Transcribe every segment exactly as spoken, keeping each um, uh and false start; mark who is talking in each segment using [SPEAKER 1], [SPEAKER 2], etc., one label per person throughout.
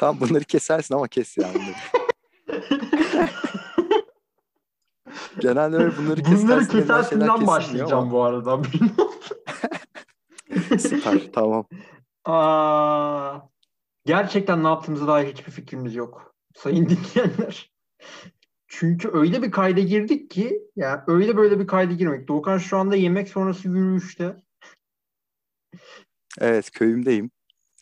[SPEAKER 1] Tamam bunları kesersin ama kes yani bunları. Genelde öyle bunları
[SPEAKER 2] Bunları
[SPEAKER 1] kesersin denilen şeyler
[SPEAKER 2] kesersinden
[SPEAKER 1] kesilmiyor
[SPEAKER 2] başlayacağım
[SPEAKER 1] ama.
[SPEAKER 2] bu arada.
[SPEAKER 1] Süper, tamam.
[SPEAKER 2] Aa, gerçekten ne yaptığımıza dair hiçbir fikrimiz yok. Sayın dinleyenler. Çünkü öyle bir kayda girdik ki yani öyle böyle bir kayda girmek. Doğukan şu anda yemek sonrası yürüyüşte.
[SPEAKER 1] Evet, köyümdeyim.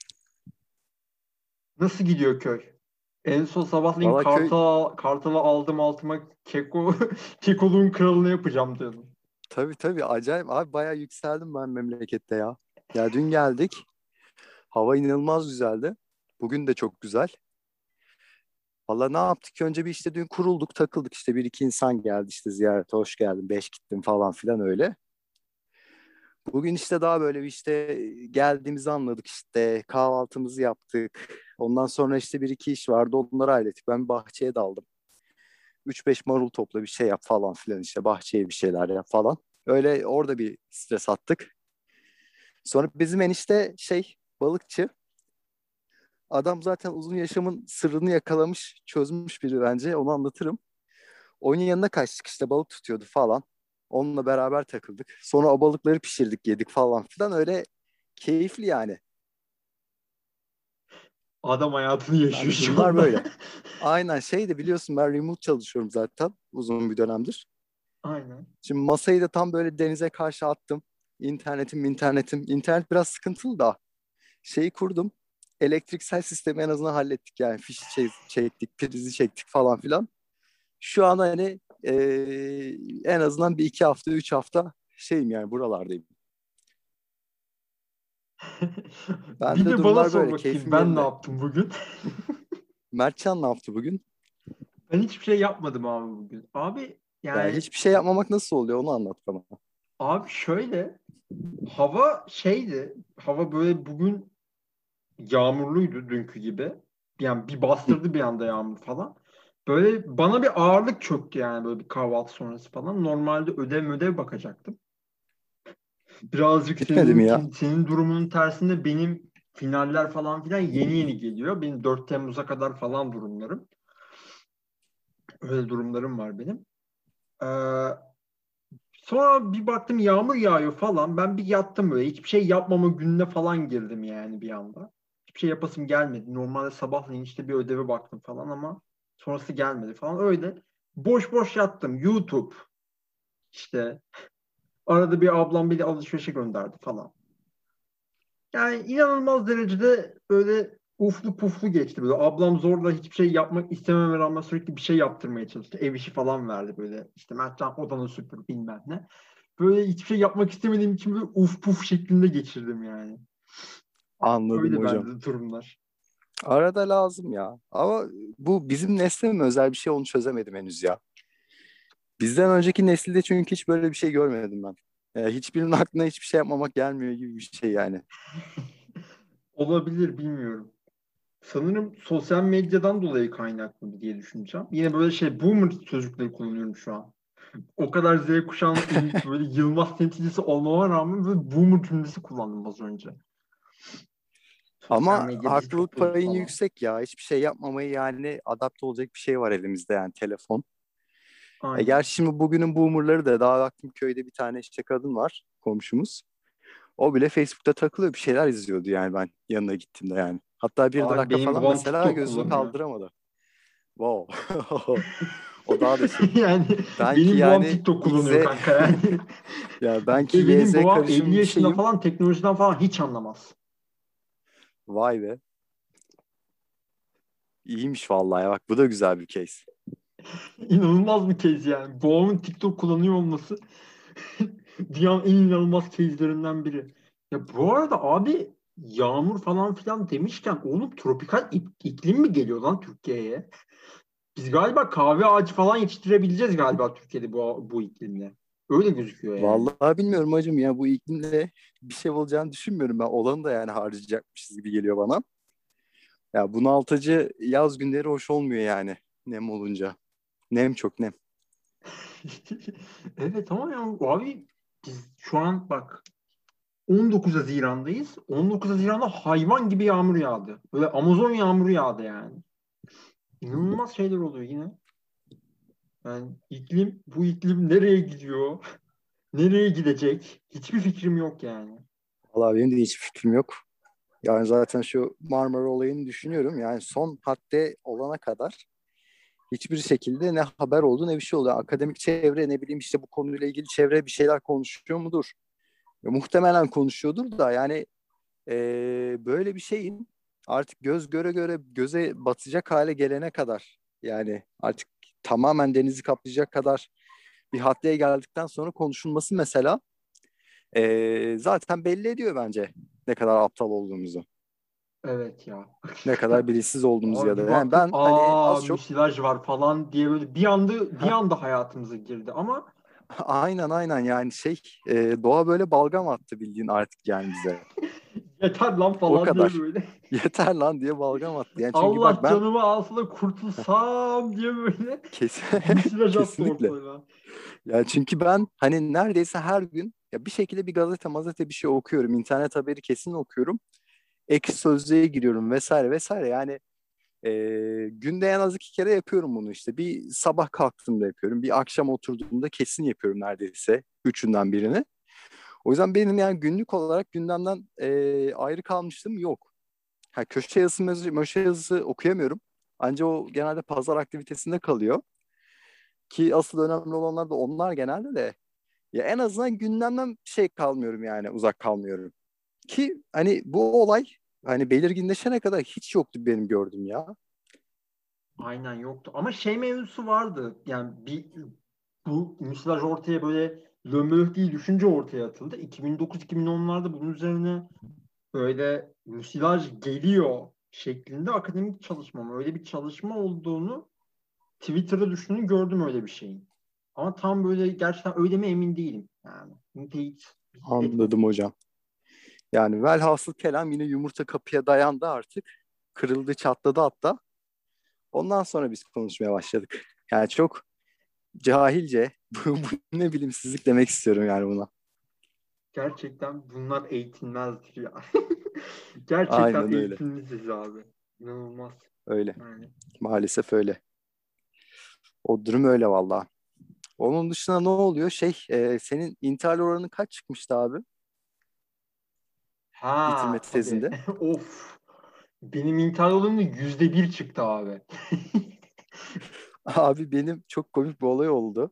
[SPEAKER 2] Nasıl gidiyor köy? En son sabahleyin
[SPEAKER 1] Valla köy,
[SPEAKER 2] kartal, kartalı aldım altıma keko, kekoluğun kralını yapacağım dedim.
[SPEAKER 1] tabii tabii acayip. Abi bayağı yükseldim ben memlekette ya. Ya dün geldik. Hava inanılmaz güzeldi. Bugün de çok güzel. Valla ne yaptık? Önce bir işte dün kurulduk, takıldık. İşte bir iki insan geldi işte ziyarete. Hoş geldin, beş gittim falan filan öyle. Bugün işte daha böyle bir işte geldiğimizi anladık işte. Kahvaltımızı yaptık. Ondan sonra işte bir iki iş vardı. Onları hallettik. Ben bahçeye daldım. Üç beş marul topla bir şey yap falan filan işte. Bahçeye bir şeyler yap falan. Öyle orada bir stres attık. Sonra bizim enişte şey balıkçı. Adam zaten uzun yaşamın sırrını yakalamış, çözmüş biri bence. Onu anlatırım. Onun yanına kaçtık işte balık tutuyordu falan. Onunla beraber takıldık. Sonra o balıkları pişirdik, yedik falan filan. Öyle keyifli yani.
[SPEAKER 2] Adam hayatını yaşıyor
[SPEAKER 1] Ben de
[SPEAKER 2] şu
[SPEAKER 1] durumlar
[SPEAKER 2] anda.
[SPEAKER 1] böyle. Aynen şey de biliyorsun ben remote çalışıyorum zaten uzun bir dönemdir.
[SPEAKER 2] Aynen.
[SPEAKER 1] Şimdi masayı da tam böyle denize karşı attım. İnternetim, internetim. İnternet biraz sıkıntılı da. Şeyi kurdum. Elektriksel sistemi en azından hallettik yani. Fişi çek- çektik, prizi çektik falan filan. Şu an hani eee, en azından bir iki hafta, üç hafta şeyim yani buralardayım. Ben
[SPEAKER 2] Bir
[SPEAKER 1] de
[SPEAKER 2] de bana
[SPEAKER 1] durumlar
[SPEAKER 2] sor
[SPEAKER 1] böyle,
[SPEAKER 2] bakayım
[SPEAKER 1] keyfim
[SPEAKER 2] ben ne
[SPEAKER 1] yerinde.
[SPEAKER 2] yaptım bugün?
[SPEAKER 1] Mertcan ne yaptı bugün?
[SPEAKER 2] Ben hiçbir şey yapmadım abi bugün. Abi
[SPEAKER 1] Ya
[SPEAKER 2] yani
[SPEAKER 1] hiçbir şey yapmamak nasıl oluyor onu anlat bana.
[SPEAKER 2] abi şöyle hava şeydi. Hava böyle bugün yağmurluydu dünkü gibi. Yani bir
[SPEAKER 1] Hı.
[SPEAKER 2] bastırdı bir anda yağmur falan. Böyle bana bir ağırlık çöktü yani böyle bir kahvaltı sonrası falan. Normalde ödev ödev bakacaktım. Birazcık
[SPEAKER 1] Bitmedi
[SPEAKER 2] senin
[SPEAKER 1] mi ya?
[SPEAKER 2] senin durumunun tersinde benim finaller falan filan yeni yeni geliyor. Benim dört Temmuz'a kadar falan durumlarım. Öyle durumlarım var benim. Ee, sonra bir baktım yağmur yağıyor falan. Ben bir yattım böyle. Hiçbir şey yapmama gününe falan girdim yani bir anda. Hiçbir şey yapasım gelmedi. Normalde sabahleyin işte bir ödeve baktım falan ama sonrası gelmedi falan. Öyle boş boş yattım. YouTube işte arada bir ablam beni alışverişe gönderdi falan. Yani inanılmaz derecede böyle uflu puflu geçti. Böyle ablam zorla hiçbir şey yapmak istememe rağmen sürekli bir şey yaptırmaya çalıştı. Ev işi falan verdi böyle. İşte Mertcan odanı süpür bilmem ne. Böyle hiçbir şey yapmak istemediğim için böyle uf puf şeklinde geçirdim yani.
[SPEAKER 1] Anladım
[SPEAKER 2] Öyle
[SPEAKER 1] hocam.
[SPEAKER 2] bende durumlar.
[SPEAKER 1] Arada lazım ya. Ama bu bizim nesle mi özel bir şey onu çözemedim henüz ya. Bizden önceki nesilde çünkü hiç böyle bir şey görmedim ben. Yani hiçbirinin aklına hiçbir şey yapmamak gelmiyor gibi bir şey yani.
[SPEAKER 2] Olabilir bilmiyorum. Sanırım sosyal medyadan dolayı kaynaklı diye düşüneceğim. Yine böyle şey boomer sözcükleri kullanıyorum şu an. O kadar Z kuşağının in- böyle Yılmaz temsilcisi olmama rağmen böyle boomer cümlesi kullandım az önce. Sosyal
[SPEAKER 1] Ama
[SPEAKER 2] medya bizi çok
[SPEAKER 1] haklılık
[SPEAKER 2] bozdu
[SPEAKER 1] payın
[SPEAKER 2] falan.
[SPEAKER 1] yüksek ya. Hiçbir şey yapmamayı yani adapte olacak bir şey var elimizde yani telefon. E
[SPEAKER 2] Aynen.
[SPEAKER 1] gerçi şimdi bugünün boomerları da daha baktım köyde bir tane işte kadın var komşumuz. O bile Facebook'ta takılıyor bir şeyler izliyordu yani ben yanına gittiğimde yani. Hatta bir
[SPEAKER 2] Abi
[SPEAKER 1] dakika
[SPEAKER 2] benim
[SPEAKER 1] falan
[SPEAKER 2] babam
[SPEAKER 1] mesela
[SPEAKER 2] TikTok
[SPEAKER 1] gözünü
[SPEAKER 2] kullanıyor.
[SPEAKER 1] kaldıramadı. Wow. O daha da şey.
[SPEAKER 2] Yani
[SPEAKER 1] Ben ki
[SPEAKER 2] benim babam
[SPEAKER 1] yani
[SPEAKER 2] TikTok
[SPEAKER 1] Z
[SPEAKER 2] kullanıyor kanka yani.
[SPEAKER 1] ya ben ki
[SPEAKER 2] Ve
[SPEAKER 1] Y
[SPEAKER 2] benim
[SPEAKER 1] Z
[SPEAKER 2] babam elli
[SPEAKER 1] karışım bir
[SPEAKER 2] yaşında
[SPEAKER 1] şeyim.
[SPEAKER 2] falan teknolojiden falan hiç anlamaz.
[SPEAKER 1] Vay be. İyiymiş vallahi bak bu da güzel bir case.
[SPEAKER 2] İnanılmaz bir case yani. Babamın TikTok kullanıyor olması dünyanın en inanılmaz case'lerinden biri. Ya bu arada abi yağmur falan filan demişken oğlum tropikal ik- iklim mi geliyor lan Türkiye'ye? Biz galiba kahve ağacı falan yetiştirebileceğiz galiba Türkiye'de bu, bu iklimle. Öyle gözüküyor yani.
[SPEAKER 1] Vallahi bilmiyorum hacım ya bu iklimde bir şey olacağını düşünmüyorum ben. Olanı da yani harcayacakmışız gibi geliyor bana. Ya bunaltıcı yaz günleri hoş olmuyor yani nem olunca. Nem çok nem.
[SPEAKER 2] Evet ama ya abi biz şu an bak on dokuz Haziran'dayız. on dokuz Haziran'da hayvan gibi yağmur yağdı. Böyle Amazon yağmuru yağdı yani. İnanılmaz şeyler oluyor yine. Yani iklim, bu iklim nereye gidiyor? Nereye gidecek? Hiçbir fikrim yok yani.
[SPEAKER 1] Vallahi benim de hiçbir fikrim yok. Yani zaten şu Marmara olayını düşünüyorum. Yani son hadde olana kadar hiçbir şekilde ne haber oldu ne bir şey oldu. Akademik çevre ne bileyim işte bu konuyla ilgili çevre bir şeyler konuşuyor mudur? Ya, muhtemelen konuşuyordur da yani eee, böyle bir şeyin artık göz göre göre göze batacak hale gelene kadar yani artık tamamen denizi kaplayacak kadar bir haddeye geldikten sonra konuşulması mesela eee, zaten belli ediyor bence ne kadar aptal olduğumuzu.
[SPEAKER 2] Evet ya.
[SPEAKER 1] Ne kadar bilinçsiz olduğumuzu
[SPEAKER 2] Abi
[SPEAKER 1] ya da
[SPEAKER 2] bir
[SPEAKER 1] yani
[SPEAKER 2] baktık
[SPEAKER 1] ben hani
[SPEAKER 2] aa
[SPEAKER 1] az çok
[SPEAKER 2] müsilaj var falan diye böyle bir anda bir
[SPEAKER 1] heh,
[SPEAKER 2] anda hayatımıza girdi ama
[SPEAKER 1] aynen aynen yani şey e, doğa böyle balgam attı bildiğin artık yani bize.
[SPEAKER 2] yeter lan
[SPEAKER 1] O
[SPEAKER 2] falan diye
[SPEAKER 1] kadar.
[SPEAKER 2] böyle
[SPEAKER 1] Yeter lan diye balgam attı. Yani çünkü bak
[SPEAKER 2] Allah
[SPEAKER 1] ben
[SPEAKER 2] canımı alsa da kurtulsam diye böyle
[SPEAKER 1] kes
[SPEAKER 2] müsilaj attı
[SPEAKER 1] kesinlikle.
[SPEAKER 2] ortalığa.
[SPEAKER 1] Yani çünkü ben hani neredeyse her gün ya bir şekilde bir gazete mazete bir şey okuyorum. İnternet haberi kesin okuyorum. Ekşi Sözlüğe giriyorum vesaire vesaire. Yani e, günde en az iki kere yapıyorum bunu işte. Bir sabah kalktığımda yapıyorum. Bir akşam oturduğumda kesin yapıyorum neredeyse. Üçünden birini. O yüzden benim yani günlük olarak gündemden e, ayrı kalmışlığım yok. Ha, köşe yazısı, mö- möşe yazısı okuyamıyorum. Ancak o genelde pazar aktivitesinde kalıyor. Ki asıl önemli olanlar da onlar genelde de. Ya en azından gündemden şey kalmıyorum yani uzak kalmıyorum. Ki hani bu olay hani belirginleşene kadar hiç yoktu benim gördüğüm ya.
[SPEAKER 2] Aynen yoktu. Ama şey mevzusu vardı. Yani bir bu müsilaj ortaya böyle lömölük değil düşünce ortaya atıldı. iki bin dokuz iki bin onlarda bunun üzerine böyle müsilaj geliyor şeklinde akademik çalışma mı? Öyle bir çalışma olduğunu Twitter'da düşündüğünü gördüm öyle bir şeyin. Ama tam böyle gerçekten öyle mi emin değilim. Yani bunu teyit
[SPEAKER 1] Anladım
[SPEAKER 2] etmedim.
[SPEAKER 1] hocam. Yani velhasıl kelam yine yumurta kapıya dayandı artık. Kırıldı çatladı hatta. Ondan sonra biz konuşmaya başladık. Yani çok cahilce bu, bu ne bilimsizlik demek istiyorum yani buna.
[SPEAKER 2] Gerçekten bunlar eğitilmezdir ya. Gerçekten
[SPEAKER 1] Aynen öyle.
[SPEAKER 2] eğitimsiz abi. İnanılmaz.
[SPEAKER 1] Öyle.
[SPEAKER 2] Yani.
[SPEAKER 1] Maalesef öyle. O durum öyle valla. Onun dışında ne oluyor? Şey, e, senin intihar oranı kaç çıkmıştı abi bitirme
[SPEAKER 2] Ha tabii.
[SPEAKER 1] tezinde?
[SPEAKER 2] Of. Benim intihar oranı yüzde bir çıktı abi.
[SPEAKER 1] Abi benim çok komik bir olay oldu.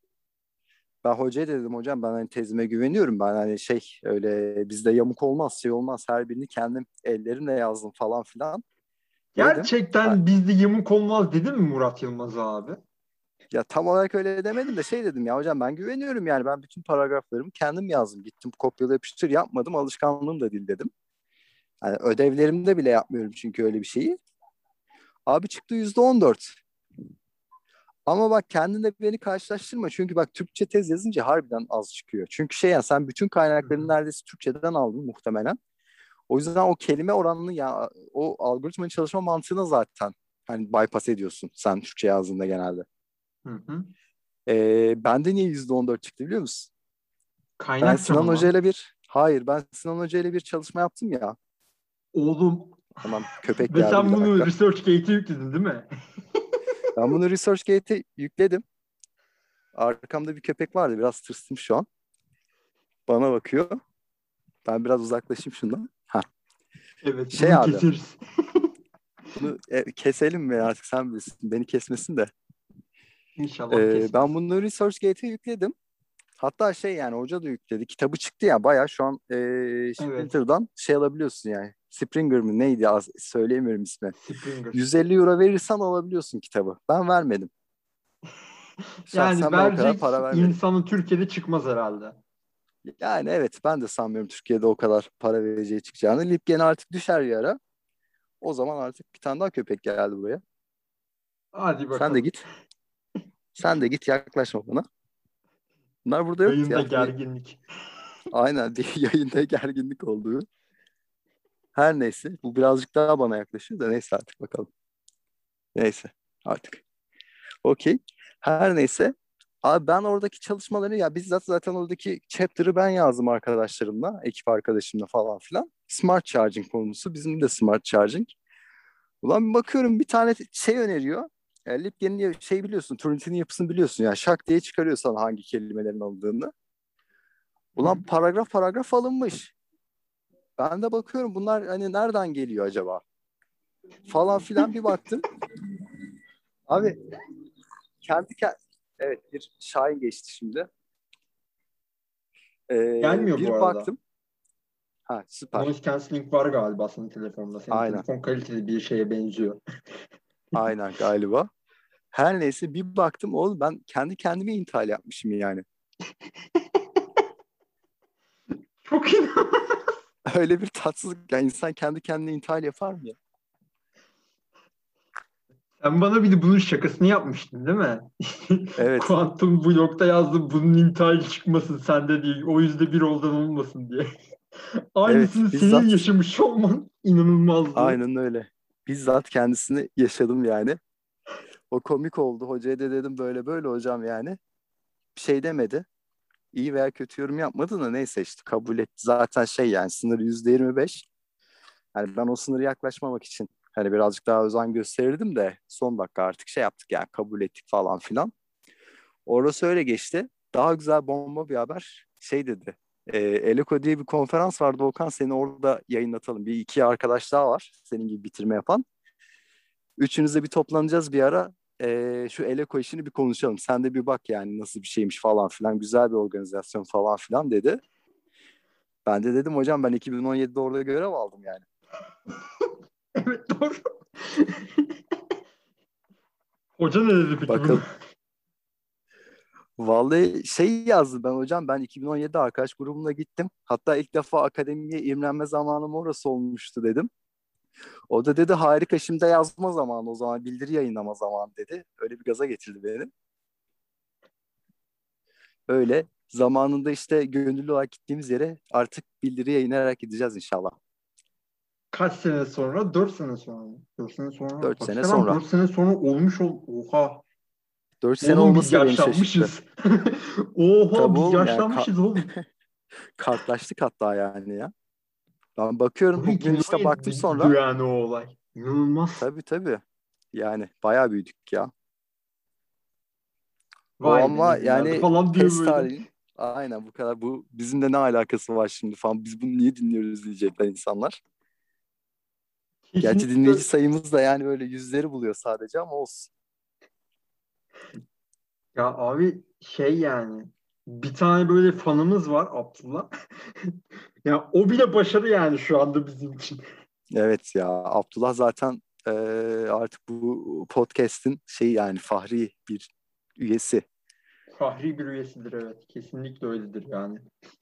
[SPEAKER 1] Ben hocaya dedim hocam ben hani tezime güveniyorum. Ben hani şey öyle bizde yamuk olmaz şey olmaz her birini kendim ellerimle yazdım falan filan dedim. Ha,
[SPEAKER 2] Gerçekten bizde yamuk olmaz dedi mi Murat Yılmaz abi?
[SPEAKER 1] ya tam olarak öyle demedim de şey dedim ya hocam ben güveniyorum yani ben bütün paragraflarımı kendim yazdım. Gittim kopyala yapıştır yapmadım alışkanlığım da değil dedim. Hani ödevlerimde bile yapmıyorum çünkü öyle bir şeyi. Abi çıktı yüzde on dört. Ama bak kendinle beni karşılaştırma. Çünkü bak Türkçe tez yazınca harbiden az çıkıyor. Çünkü şey ya sen bütün
[SPEAKER 2] Hı
[SPEAKER 1] kaynaklarını
[SPEAKER 2] hı.
[SPEAKER 1] neredeyse Türkçeden aldın muhtemelen. O yüzden o kelime oranını ya o algoritmanın çalışma mantığına zaten hani bypass ediyorsun sen Türkçe yazdığında genelde.
[SPEAKER 2] Hı hı.
[SPEAKER 1] Ee, bende niye yüzde on dört çıktı biliyor musun? Ben
[SPEAKER 2] Kaynakça
[SPEAKER 1] Sinan
[SPEAKER 2] mı
[SPEAKER 1] Hoca
[SPEAKER 2] lan?
[SPEAKER 1] ile bir hayır ben Sinan Hoca ile bir çalışma yaptım ya.
[SPEAKER 2] Oğlum.
[SPEAKER 1] Tamam köpek
[SPEAKER 2] Ve
[SPEAKER 1] geldi bir
[SPEAKER 2] sen bunu
[SPEAKER 1] dakika.
[SPEAKER 2] ResearchGate'e yükledin değil mi?
[SPEAKER 1] Ben bunu ResearchGate'e yükledim. Arkamda bir köpek vardı biraz tırstım şu an. Bana bakıyor. Ben biraz uzaklaşayım şundan. Ha.
[SPEAKER 2] Evet,
[SPEAKER 1] Şey
[SPEAKER 2] bunu
[SPEAKER 1] abi
[SPEAKER 2] keseriz.
[SPEAKER 1] bunu e, keselim mi artık sen bilirsin. Beni kesmesin de.
[SPEAKER 2] İnşallah
[SPEAKER 1] Ee, ben
[SPEAKER 2] kesmez.
[SPEAKER 1] bunu ResearchGate'e yükledim. Hatta şey yani hoca da yükledi. Kitabı çıktı ya bayağı şu an e,
[SPEAKER 2] Evet.
[SPEAKER 1] Sprinter'dan şey alabiliyorsun yani. Springer mı neydi az söyleyemiyorum ismi.
[SPEAKER 2] Springer.
[SPEAKER 1] yüz elli euro verirsen alabiliyorsun kitabı. Ben vermedim.
[SPEAKER 2] Yani
[SPEAKER 1] Şahsen ben o kadar
[SPEAKER 2] verecek
[SPEAKER 1] para vermedim.
[SPEAKER 2] insanın Türkiye'de çıkmaz herhalde.
[SPEAKER 1] Yani evet ben de sanmıyorum Türkiye'de o kadar para vereceği çıkacağını. Lipgen artık düşer bir ara. O zaman artık bir tane daha köpek geldi buraya.
[SPEAKER 2] Hadi
[SPEAKER 1] Sen de
[SPEAKER 2] bakalım.
[SPEAKER 1] git. Sen de git yaklaşma bana. Bunlar burada yoktu
[SPEAKER 2] Yayında
[SPEAKER 1] ya. Bir,
[SPEAKER 2] gerginlik.
[SPEAKER 1] aynen bir yayında gerginlik olduğu. Her neyse. Bu birazcık daha bana yaklaşıyor da neyse artık bakalım. Neyse artık. Okey. Her neyse. Abi ben oradaki çalışmaları ya bizzat zaten oradaki chapter'ı ben yazdım arkadaşlarımla, ekip arkadaşımla falan filan. Smart charging konusu. Bizim de smart charging. Ulan bir bakıyorum bir tane şey öneriyor. Yani Lipgen'in şey biliyorsun, Trinity'nin yapısını biliyorsun ya. Şak diye çıkarıyor sana hangi kelimelerin aldığını. Ulan paragraf paragraf alınmış. Ben de bakıyorum bunlar hani nereden geliyor acaba? Falan filan bir baktım. Abi kendi kendi... Evet bir Şahin geçti şimdi. Ee,
[SPEAKER 2] Gelmiyor bu
[SPEAKER 1] bir
[SPEAKER 2] arada.
[SPEAKER 1] baktım. Ha süper.
[SPEAKER 2] Noise cancelling var galiba senin telefonda. Senin
[SPEAKER 1] Aynen.
[SPEAKER 2] telefon kaliteli bir şeye benziyor.
[SPEAKER 1] Aynen galiba. Her neyse bir baktım oğlum ben kendi kendime intihal yapmışım yani.
[SPEAKER 2] Çok iyi.
[SPEAKER 1] Öyle bir tatsızlık. Yani insan kendi kendine intihal yapar mı ya?
[SPEAKER 2] Sen bana bir de bunun şakasını yapmıştın değil mi?
[SPEAKER 1] Evet.
[SPEAKER 2] Kuantum blokta yazdım bunun intihal çıkmasın sende değil. O yüzde bir oldan olmasın diye.
[SPEAKER 1] Evet.
[SPEAKER 2] Aynısını senin
[SPEAKER 1] Bizzat
[SPEAKER 2] yaşamış olman inanılmazdı.
[SPEAKER 1] aynen öyle. Bizzat kendisini yaşadım yani. O komik oldu. Hocaya da dedim böyle böyle hocam yani. Bir şey demedi. İyi veya kötü yorum yapmadı da neyse işte kabul etti. Zaten şey yani sınır yüzde yirmi beş. Yani ben o sınırı yaklaşmamak için hani birazcık daha özen gösterirdim de son dakika artık şey yaptık yani kabul ettik falan filan. Orası öyle geçti. Daha güzel bomba bir haber. Şey dedi. E, Eleko diye bir konferans vardı Volkan. Seni orada yayınlatalım. Bir iki arkadaş daha var. Senin gibi bitirme yapan. Üçünüzle bir toplanacağız bir ara. E, şu Eleko işini bir konuşalım. Sen de bir bak yani nasıl bir şeymiş falan filan. Güzel bir organizasyon falan filan dedi. Ben de dedim hocam ben iki bin on yedide orada görev aldım yani.
[SPEAKER 2] Evet doğru. Hoca ne dedi peki bunu?
[SPEAKER 1] Bakalım. Vallahi şey yazdı ben hocam ben iki bin on yedide arkadaş grubumla gittim. Hatta ilk defa akademiye imrenme zamanım orası olmuştu dedim. O da dedi harika şimdi yazma zamanı o zaman bildiri yayınlama zamanı dedi. Öyle bir gaza getirdi beni. Öyle zamanında işte gönüllü olarak gittiğimiz yere artık bildiri yayınlayarak gideceğiz inşallah.
[SPEAKER 2] Kaç sene sonra? Dört sene sonra mı? Dört sene sonra.
[SPEAKER 1] Dört sene
[SPEAKER 2] Hakikaten
[SPEAKER 1] sonra.
[SPEAKER 2] dört sene sonra olmuş ol. Oha.
[SPEAKER 1] Dört sene
[SPEAKER 2] Oğlum biz
[SPEAKER 1] olması da beni şaşırttı.
[SPEAKER 2] yaşlanmışız. Oha
[SPEAKER 1] Tabii
[SPEAKER 2] biz
[SPEAKER 1] oğlum yani ka-
[SPEAKER 2] yaşlanmışız oğlum.
[SPEAKER 1] kartlaştık hatta yani ya. Ben bakıyorum
[SPEAKER 2] Abi
[SPEAKER 1] bugün işte baktım
[SPEAKER 2] iki bin on yediydi
[SPEAKER 1] sonra.
[SPEAKER 2] yani o olay. İnanılmaz.
[SPEAKER 1] Tabii tabii. Yani bayağı büyüdük ya. O
[SPEAKER 2] Vay be ne
[SPEAKER 1] ama
[SPEAKER 2] günlerdi
[SPEAKER 1] yani
[SPEAKER 2] falan diyor
[SPEAKER 1] PES
[SPEAKER 2] böyle.
[SPEAKER 1] tarihin aynen bu kadar bu bizimle ne alakası var şimdi falan biz bunu niye dinliyoruz diyecekler insanlar. Gerçi dinleyici
[SPEAKER 2] Kesinlikle.
[SPEAKER 1] sayımız da yani böyle yüzleri buluyor sadece ama olsun.
[SPEAKER 2] Ya abi şey yani bir tane böyle fanımız var Abdullah. Ya o bile başarı yani şu anda bizim için.
[SPEAKER 1] Evet ya Abdullah zaten e, artık bu podcast'in şey yani fahri bir üyesi.
[SPEAKER 2] Fahri bir üyesidir evet. Kesinlikle öyledir yani.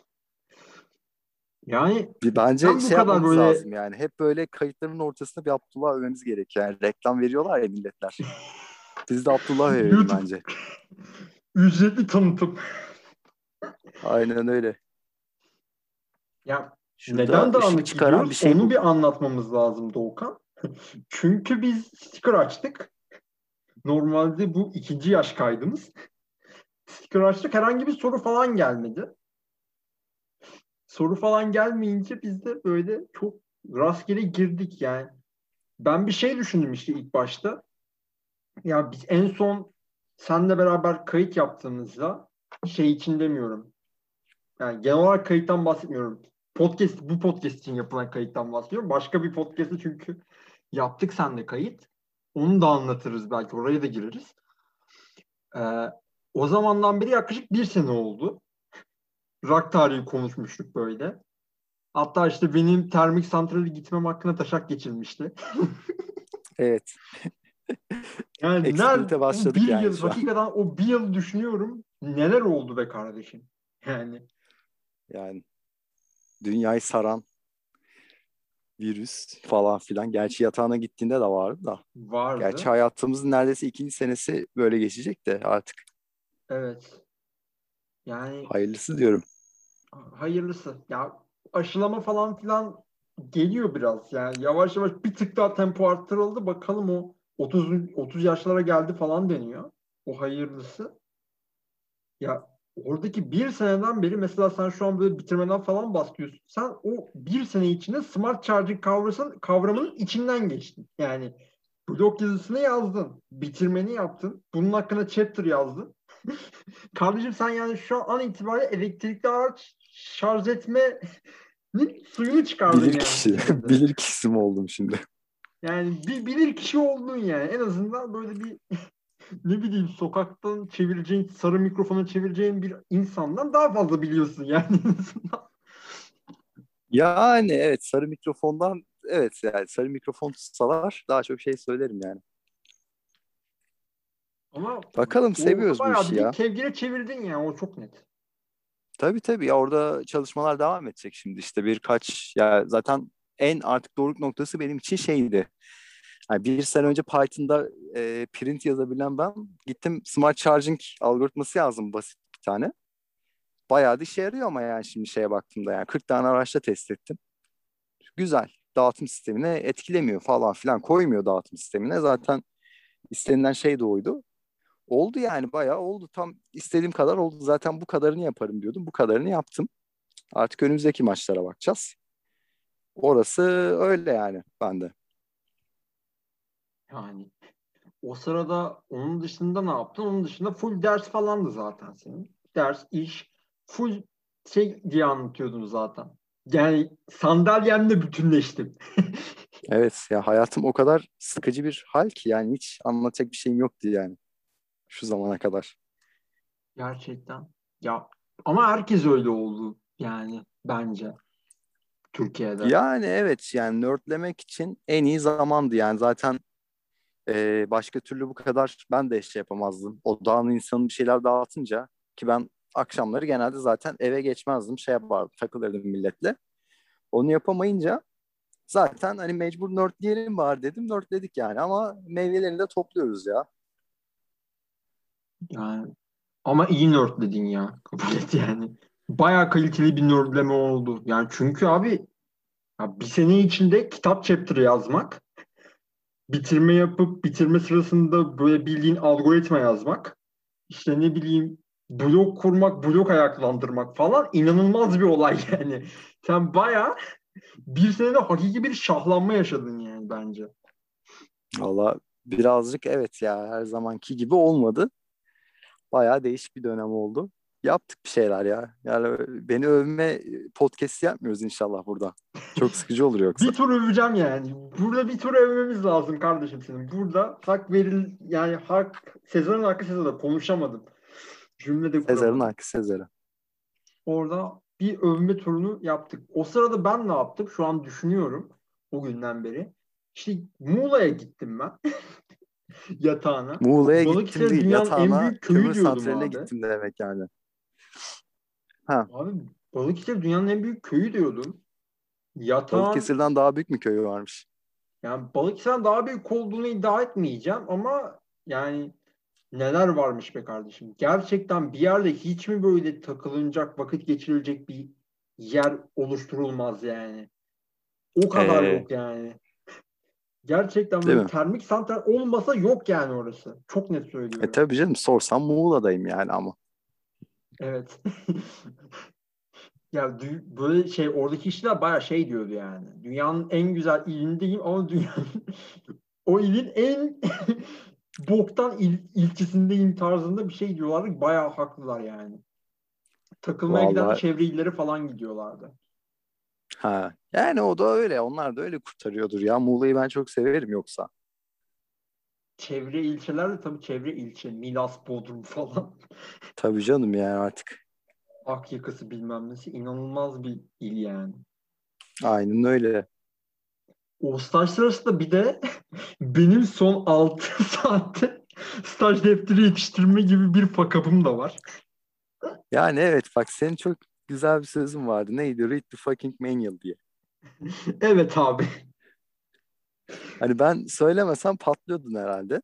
[SPEAKER 2] Yani
[SPEAKER 1] Bir, bence
[SPEAKER 2] ben bu
[SPEAKER 1] şey
[SPEAKER 2] kadar
[SPEAKER 1] yapmamız
[SPEAKER 2] böyle
[SPEAKER 1] lazım yani hep böyle kayıtların ortasında bir Abdullah övmemiz gerekiyor. Yani reklam veriyorlar ya milletler. Biz de Abdullah verelim
[SPEAKER 2] YouTube
[SPEAKER 1] bence.
[SPEAKER 2] ücretli tanıtım.
[SPEAKER 1] Aynen öyle.
[SPEAKER 2] Ya
[SPEAKER 1] Şurada
[SPEAKER 2] neden
[SPEAKER 1] ışık
[SPEAKER 2] dağınık
[SPEAKER 1] çıkaran bir
[SPEAKER 2] gidiyoruz?
[SPEAKER 1] şey
[SPEAKER 2] Onu
[SPEAKER 1] buldum.
[SPEAKER 2] bir anlatmamız lazım Doğukan. Çünkü biz sticker açtık. Normalde bu ikinci yaş kaydımız. Sticker açtık. Herhangi bir soru falan gelmedi. Soru falan gelmeyince biz de böyle çok rastgele girdik yani. Ben bir şey düşündüm işte ilk başta. Ya biz en son seninle beraber kayıt yaptığımızda şey için demiyorum. Yani genel olarak kayıttan bahsetmiyorum. Podcast, bu podcast için yapılan kayıttan bahsediyorum. Başka bir podcast'ı çünkü yaptık seninle kayıt. Onu da anlatırız belki. Oraya da gireriz. Ee, O zamandan beri yaklaşık bir sene oldu. Rock tarihi konuşmuştuk böyle. Hatta işte benim termik santrale gitmem hakkında taşak geçilmişti.
[SPEAKER 1] Evet.
[SPEAKER 2] Yani nerede
[SPEAKER 1] Ekspirite
[SPEAKER 2] o
[SPEAKER 1] başladık
[SPEAKER 2] bir
[SPEAKER 1] yani
[SPEAKER 2] yıl
[SPEAKER 1] şu an.
[SPEAKER 2] hakikaten o bir yıl düşünüyorum neler oldu be kardeşim. Yani
[SPEAKER 1] Yani dünyayı saran virüs falan filan. Gerçi yatağına gittiğinde de vardı da. Gerçi
[SPEAKER 2] vardı.
[SPEAKER 1] hayatımızın neredeyse ikinci senesi böyle geçecek de artık.
[SPEAKER 2] Evet. Yani
[SPEAKER 1] Hayırlısı diyorum.
[SPEAKER 2] hayırlısı. Ya aşılama falan filan geliyor biraz. Yani yavaş yavaş bir tık daha tempo arttırıldı. Bakalım o otuz otuz yaşlara geldi falan deniyor. O hayırlısı. Ya oradaki bir seneden beri mesela sen şu an böyle bitirmeden falan bahsediyorsun. Sen o bir sene içinde smart charging kavramının, kavramının içinden geçtin. Yani blog yazısını yazdın. Bitirmeni yaptın. Bunun hakkında chapter yazdın. Kardeşim sen yani şu an itibariyle elektrikli araç şarj etmenin suyunu çıkardın
[SPEAKER 1] Bilir
[SPEAKER 2] yani
[SPEAKER 1] kişi,
[SPEAKER 2] şirkette.
[SPEAKER 1] bilir kişi mi oldum şimdi?
[SPEAKER 2] Yani bir bilir kişi oldun yani. En azından böyle bir ne bileyim sokaktan çevireceğin, sarı mikrofona çevireceğin bir insandan daha fazla biliyorsun yani en azından.
[SPEAKER 1] Yani evet, sarı mikrofondan, evet yani sarı mikrofon tutsalar daha çok şey söylerim yani.
[SPEAKER 2] Ama
[SPEAKER 1] Bakalım,
[SPEAKER 2] orada
[SPEAKER 1] seviyoruz bu
[SPEAKER 2] bayağı
[SPEAKER 1] işi
[SPEAKER 2] bir
[SPEAKER 1] ya.
[SPEAKER 2] kevgire çevirdin yani o çok net.
[SPEAKER 1] Tabii tabii ya, orada çalışmalar devam edecek şimdi işte birkaç, ya zaten en artık doruk noktası benim için şeydi. Yani bir sene önce Python'da e, print yazabilen ben gittim smart charging algoritması yazdım, basit bir tane. Bayağı da işe yarıyor ama yani şimdi şeye baktığımda yani kırk tane araçta test ettim. Güzel. Dağıtım sistemine etkilemiyor falan filan, koymuyor dağıtım sistemine. Zaten istenilen şey de oydu. Oldu yani, bayağı oldu. Tam istediğim kadar oldu. Zaten bu kadarını yaparım diyordum. Bu kadarını yaptım. Artık önümüzdeki maçlara bakacağız. Orası öyle yani bende.
[SPEAKER 2] Yani o sırada onun dışında ne yaptın? Onun dışında full ders falandı zaten senin. Ders, iş, full şey diye anlatıyordun zaten. Yani sandalyemle bütünleştim.
[SPEAKER 1] Evet ya, hayatım o kadar sıkıcı bir hal ki yani hiç anlatacak bir şeyim yoktu yani şu zamana kadar.
[SPEAKER 2] Gerçekten. Ya ama herkes öyle oldu yani bence Türkiye'de.
[SPEAKER 1] Yani evet, yani nerdlemek için en iyi zamandı yani zaten. Ee, başka türlü bu kadar ben de şey yapamazdım. O dağın insanı bir şeyler dağıtınca, ki ben akşamları genelde zaten eve geçmezdim. Şey yapardım, takılırdım milletle. Onu yapamayınca zaten hani mecbur nörtleyelim bari dedim. Nörtledik yani, ama meyvelerini de topluyoruz ya.
[SPEAKER 2] Yani ama iyi nerdledin ya. Kabul et yani. Bayağı kaliteli bir nerdleme oldu. Yani çünkü abi ya bir sene içinde kitap chapter yazmak, bitirme yapıp bitirme sırasında böyle bildiğin algoritma yazmak, işte ne bileyim blok kurmak, blok ayaklandırmak falan inanılmaz bir olay yani. Sen bayağı bir senede hakiki bir şahlanma yaşadın yani bence.
[SPEAKER 1] Valla birazcık evet ya, her zamanki gibi olmadı. Bayağı değişik bir dönem oldu. Yaptık bir şeyler ya. Yani beni övme podcast yapmıyoruz inşallah burada. Çok sıkıcı olur yoksa.
[SPEAKER 2] Bir tur öveceğim yani. Burada bir tur övmemiz lazım kardeşim senin. Burada hak veril yani hak Sezar'ın hakkı Sezar'da konuşamadım. Cümle de
[SPEAKER 1] Sezar'ın
[SPEAKER 2] kuramadım.
[SPEAKER 1] hakkı Sezar'a.
[SPEAKER 2] Orada bir övme turunu yaptık. O sırada ben ne yaptım? Şu an düşünüyorum o günden beri. İşte Muğla'ya gittim ben yatağına.
[SPEAKER 1] Muğla'ya gittim
[SPEAKER 2] Balıkesir
[SPEAKER 1] değil,
[SPEAKER 2] dünyanın en
[SPEAKER 1] yatağına
[SPEAKER 2] büyük köyü
[SPEAKER 1] kömür
[SPEAKER 2] diyordum
[SPEAKER 1] santraline
[SPEAKER 2] abi.
[SPEAKER 1] gittim demek yani. Ha,
[SPEAKER 2] Abi Balıkesir dünyanın en büyük köyü diyordum. Yatağın
[SPEAKER 1] Balıkesir'den daha büyük mü köyü varmış?
[SPEAKER 2] yani Balıkesir'den daha büyük olduğunu iddia etmeyeceğim ama yani neler varmış be kardeşim. Gerçekten bir yerde hiç mi böyle takılınacak, vakit geçirilecek bir yer oluşturulmaz yani. O kadar
[SPEAKER 1] Ee,
[SPEAKER 2] yok yani. Gerçekten
[SPEAKER 1] değil
[SPEAKER 2] böyle
[SPEAKER 1] mi?
[SPEAKER 2] termik santral olmasa yok yani orası. Çok net
[SPEAKER 1] E
[SPEAKER 2] söylüyorum.
[SPEAKER 1] tabii canım, sorsam Muğla'dayım yani ama.
[SPEAKER 2] Evet. Ya dü- böyle şey oradaki işler bayağı şey diyordu yani. Dünyanın en güzel ilindeyim ama dünyanın o ilin en boktan il, ilçesindeyim tarzında bir şey diyorlardı. Bayağı haklılar yani. Takılmaya giden
[SPEAKER 1] Vallahi,
[SPEAKER 2] çevre illeri falan gidiyorlardı.
[SPEAKER 1] ha. Yani o da öyle. Onlar da öyle kurtarıyordur ya. Muğla'yı ben çok severim yoksa.
[SPEAKER 2] Çevre ilçeler de tabii çevre ilçe. Milas, Bodrum falan.
[SPEAKER 1] Tabii canım yani artık.
[SPEAKER 2] Akyakası bilmem nesi. İnanılmaz bir il yani.
[SPEAKER 1] Aynen öyle.
[SPEAKER 2] O staj sırasında bir de benim son altı saatte staj defteri yetiştirme gibi bir fakapım da var.
[SPEAKER 1] Yani evet, bak senin çok güzel bir sözün vardı. Neydi? Read the fucking manual diye.
[SPEAKER 2] Evet abi.
[SPEAKER 1] Hani ben söylemesem patlıyordun herhalde.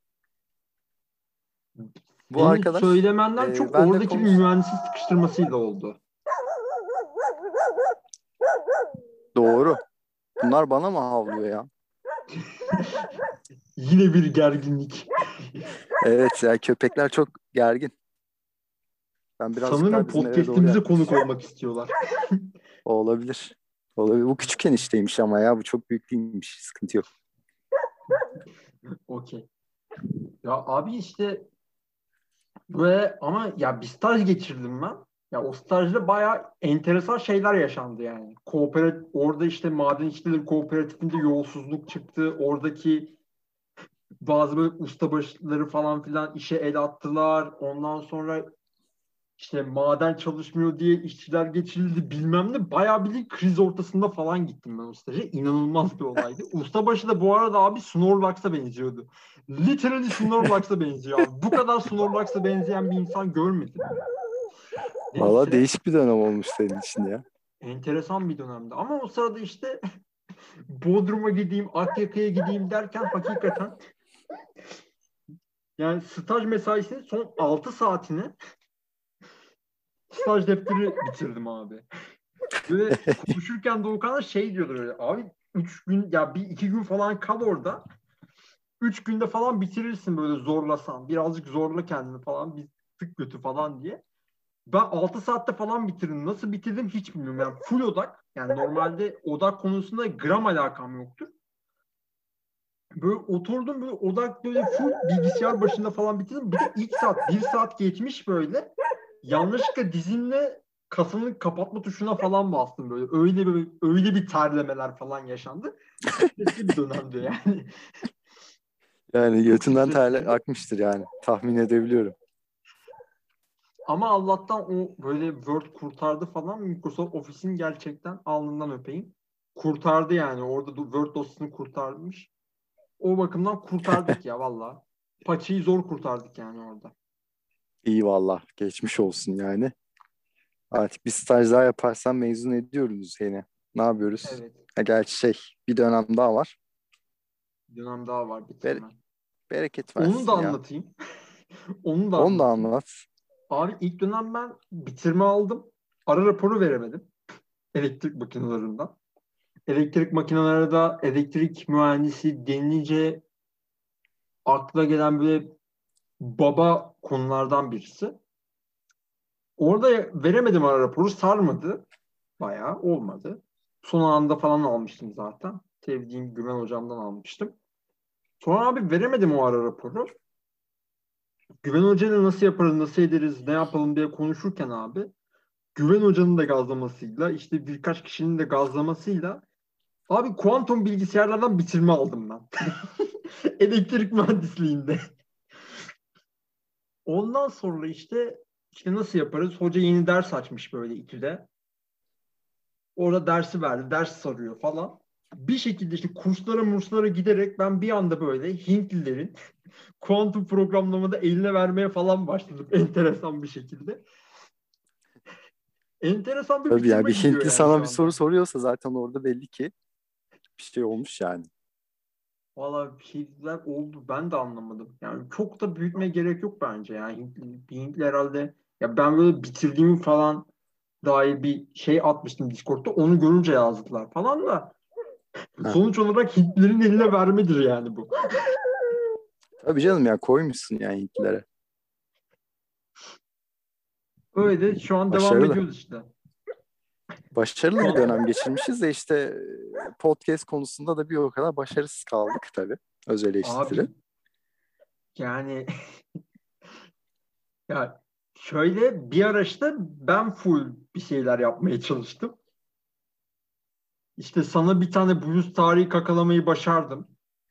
[SPEAKER 1] Bu
[SPEAKER 2] Senin
[SPEAKER 1] arkadaş
[SPEAKER 2] söylemenden
[SPEAKER 1] e,
[SPEAKER 2] çok
[SPEAKER 1] benle
[SPEAKER 2] oradaki bir
[SPEAKER 1] konuş...
[SPEAKER 2] mühendislik sıkıştırmasıyla oldu.
[SPEAKER 1] Doğru. Bunlar bana mı havlıyor ya?
[SPEAKER 2] Yine bir gerginlik.
[SPEAKER 1] Evet ya, köpekler çok gergin. Sen birazcık
[SPEAKER 2] Sanırım
[SPEAKER 1] daha bizim eve doğru
[SPEAKER 2] podcast'imize konuk
[SPEAKER 1] yaklaşıyorsun.
[SPEAKER 2] olmak istiyorlar.
[SPEAKER 1] O olabilir. Olabilir. Bu küçük enişteymiş ama ya bu çok büyük değilmiş. Sıkıntı yok.
[SPEAKER 2] Okey. Ya abi işte ve ama ya bir staj geçirdim ben. Ya o stajda bayağı enteresan şeyler yaşandı yani. Kooperat orada işte maden işçileri kooperatifinde yolsuzluk çıktı. Oradaki bazı böyle ustabaşıları falan filan işe el attılar. Ondan sonra işte maden çalışmıyor diye işçiler geçirildi bilmem ne. Bayağı bir kriz ortasında falan gittim ben o staja. İnanılmaz bir olaydı. Ustabaşı da bu arada abi Snorlax'a benziyordu. Literally Snorlax'a benziyor abi. Bu kadar Snorlax'a benzeyen bir insan görmedim.
[SPEAKER 1] Valla
[SPEAKER 2] Neyse.
[SPEAKER 1] değişik bir dönem olmuş senin için ya.
[SPEAKER 2] Enteresan bir dönemdi. Ama o sırada işte Bodrum'a gideyim, Akyaka'ya gideyim derken hakikaten yani staj mesaisinin son altı saatini staj defteri bitirdim abi. Böyle konuşurken Doğukan'a şey diyordu öyle. Abi üç gün ya bir iki gün falan kal orada. Üç günde falan bitirirsin böyle zorlasan. Birazcık zorla kendini falan. Bir tık götü falan diye. Ben altı saatte falan bitirdim. Nasıl bitirdim hiç bilmiyorum. Yani full odak. Yani normalde odak konusunda gram alakam yoktur. Böyle oturdum böyle odak böyle full bilgisayar başında falan bitirdim. Bir de ilk saat bir saat geçmiş böyle. Yanlışlıkla dizimle kasanın kapatma tuşuna falan bastım böyle. Öyle böyle öyle bir terlemeler falan yaşandı. Stresli bir dönemdi yani.
[SPEAKER 1] Yani
[SPEAKER 2] Çok
[SPEAKER 1] götünden terler
[SPEAKER 2] stresliydi.
[SPEAKER 1] akmıştır yani. Tahmin edebiliyorum.
[SPEAKER 2] Ama Allah'tan o böyle Word kurtardı falan. Microsoft Office'in gerçekten alnından öpeyim. Kurtardı yani. Orada Word dosyasını kurtarmış. O bakımdan kurtardık ya valla. Paçayı zor kurtardık yani orada.
[SPEAKER 1] İyi valla. Geçmiş olsun yani. Artık bir staj daha yaparsan mezun ediyoruz seni. Ne yapıyoruz?
[SPEAKER 2] Evet.
[SPEAKER 1] Ha, gerçi şey bir dönem daha var.
[SPEAKER 2] Bir dönem daha var
[SPEAKER 1] Bere-
[SPEAKER 2] bitirme.
[SPEAKER 1] bereket
[SPEAKER 2] Onu da
[SPEAKER 1] versin ya.
[SPEAKER 2] anlatayım. Onu da
[SPEAKER 1] Onu da
[SPEAKER 2] anlatayım.
[SPEAKER 1] anlat.
[SPEAKER 2] Abi ilk dönem ben bitirme aldım. Ara raporu veremedim. Elektrik makinelerinden. Elektrik makineleri de elektrik mühendisi denilince akla gelen böyle baba konulardan birisi. Orada veremedim ara raporu. Sarmadı. Bayağı olmadı. Son anda falan almıştım zaten. Sevdiğim Güven hocamdan almıştım. Sonra abi veremedim o ara raporu. Güven hocayla nasıl yaparız, nasıl ederiz, ne yapalım diye konuşurken abi Güven hocanın da gazlamasıyla işte birkaç kişinin de gazlamasıyla abi kuantum bilgisayarlardan bitirme aldım ben. Elektrik mühendisliğinde. Ondan sonra işte işte nasıl yaparız? Hoca yeni ders açmış böyle İTÜ'de. Orada dersi verdi. Ders sarıyor falan. Bir şekilde işte kurslara murslara giderek ben bir anda böyle Hintlilerin kuantum programlamada eline vermeye falan başladım. Enteresan bir şekilde. Enteresan bir
[SPEAKER 1] Tabii yani
[SPEAKER 2] bitirme
[SPEAKER 1] bir
[SPEAKER 2] gidiyor
[SPEAKER 1] Hintli
[SPEAKER 2] yani
[SPEAKER 1] sana
[SPEAKER 2] şu
[SPEAKER 1] bir soru
[SPEAKER 2] anda.
[SPEAKER 1] soruyorsa zaten orada belli ki bir şey olmuş yani.
[SPEAKER 2] Valla bir şeyler oldu. Ben de anlamadım. Yani çok da büyütmeye gerek yok bence. Yani Hintli, bir Hintli herhalde ya ben böyle bitirdiğimi falan dair bir şey atmıştım Discord'da. Onu görünce yazdılar falan da
[SPEAKER 1] Heh.
[SPEAKER 2] sonuç olarak Hintlilerin eline vermedir yani bu.
[SPEAKER 1] Tabii canım ya koymuşsun yani Hintlilere.
[SPEAKER 2] Öyle de şu an devam
[SPEAKER 1] Başarılı.
[SPEAKER 2] ediyoruz işte.
[SPEAKER 1] Başarılı
[SPEAKER 2] Şu
[SPEAKER 1] bir
[SPEAKER 2] an
[SPEAKER 1] dönem geçirmişiz de işte e, podcast konusunda da bir o kadar başarısız kaldık tabii. Öz eleştiri.
[SPEAKER 2] abi yani ya şöyle bir ara işte ben full bir şeyler yapmaya çalıştım. İşte sana bir tane blues tarihi kakalamayı başardım.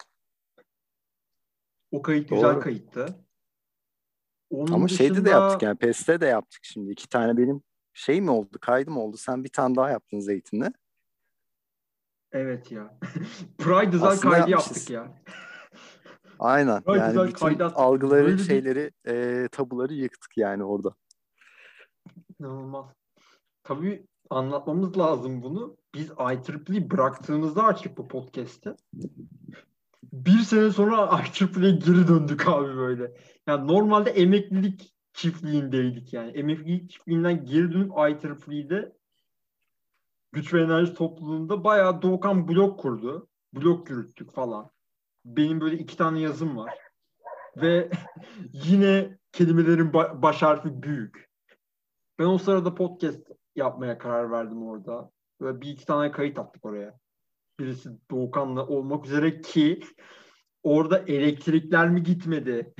[SPEAKER 2] O kayıt güzel
[SPEAKER 1] Doğru.
[SPEAKER 2] kayıttı.
[SPEAKER 1] Ama
[SPEAKER 2] Onun
[SPEAKER 1] şeyde de yaptık
[SPEAKER 2] dışında
[SPEAKER 1] yani PES'te de yaptık şimdi. İki tane benim şey mi oldu, kaydım oldu. Sen bir tane daha yaptın Zeytin'le.
[SPEAKER 2] evet ya. Pride özel
[SPEAKER 1] Aslında
[SPEAKER 2] kaydı yaptık
[SPEAKER 1] yapmışız.
[SPEAKER 2] ya.
[SPEAKER 1] Aynen
[SPEAKER 2] Pride
[SPEAKER 1] yani
[SPEAKER 2] özel
[SPEAKER 1] bütün
[SPEAKER 2] kaydı attık.
[SPEAKER 1] algıları,
[SPEAKER 2] Böyle bir
[SPEAKER 1] şeyleri, e, tabuları yıktık yani orada.
[SPEAKER 2] inanılmaz. Tabii anlatmamız lazım bunu. Biz I E E E bıraktığımızda açık bu podcast'i. Bir sene sonra I E E E'ye geri döndük abi böyle. Yani normalde emeklilik çiftliğindeydik yani. Emeklilik çiftliğinden geri dönüp I E E E'de güç ve enerji topluluğunda bayağı Doğukan blog kurdu. Blog yürüttük falan. Benim böyle iki tane yazım var. Ve yine kelimelerin ba- baş harfi büyük. Ben o sırada podcast yapmaya karar verdim orada. Böyle bir iki tane kayıt attık oraya. Birisi Doğukan'la olmak üzere ki orada elektrikler mi gitmedi?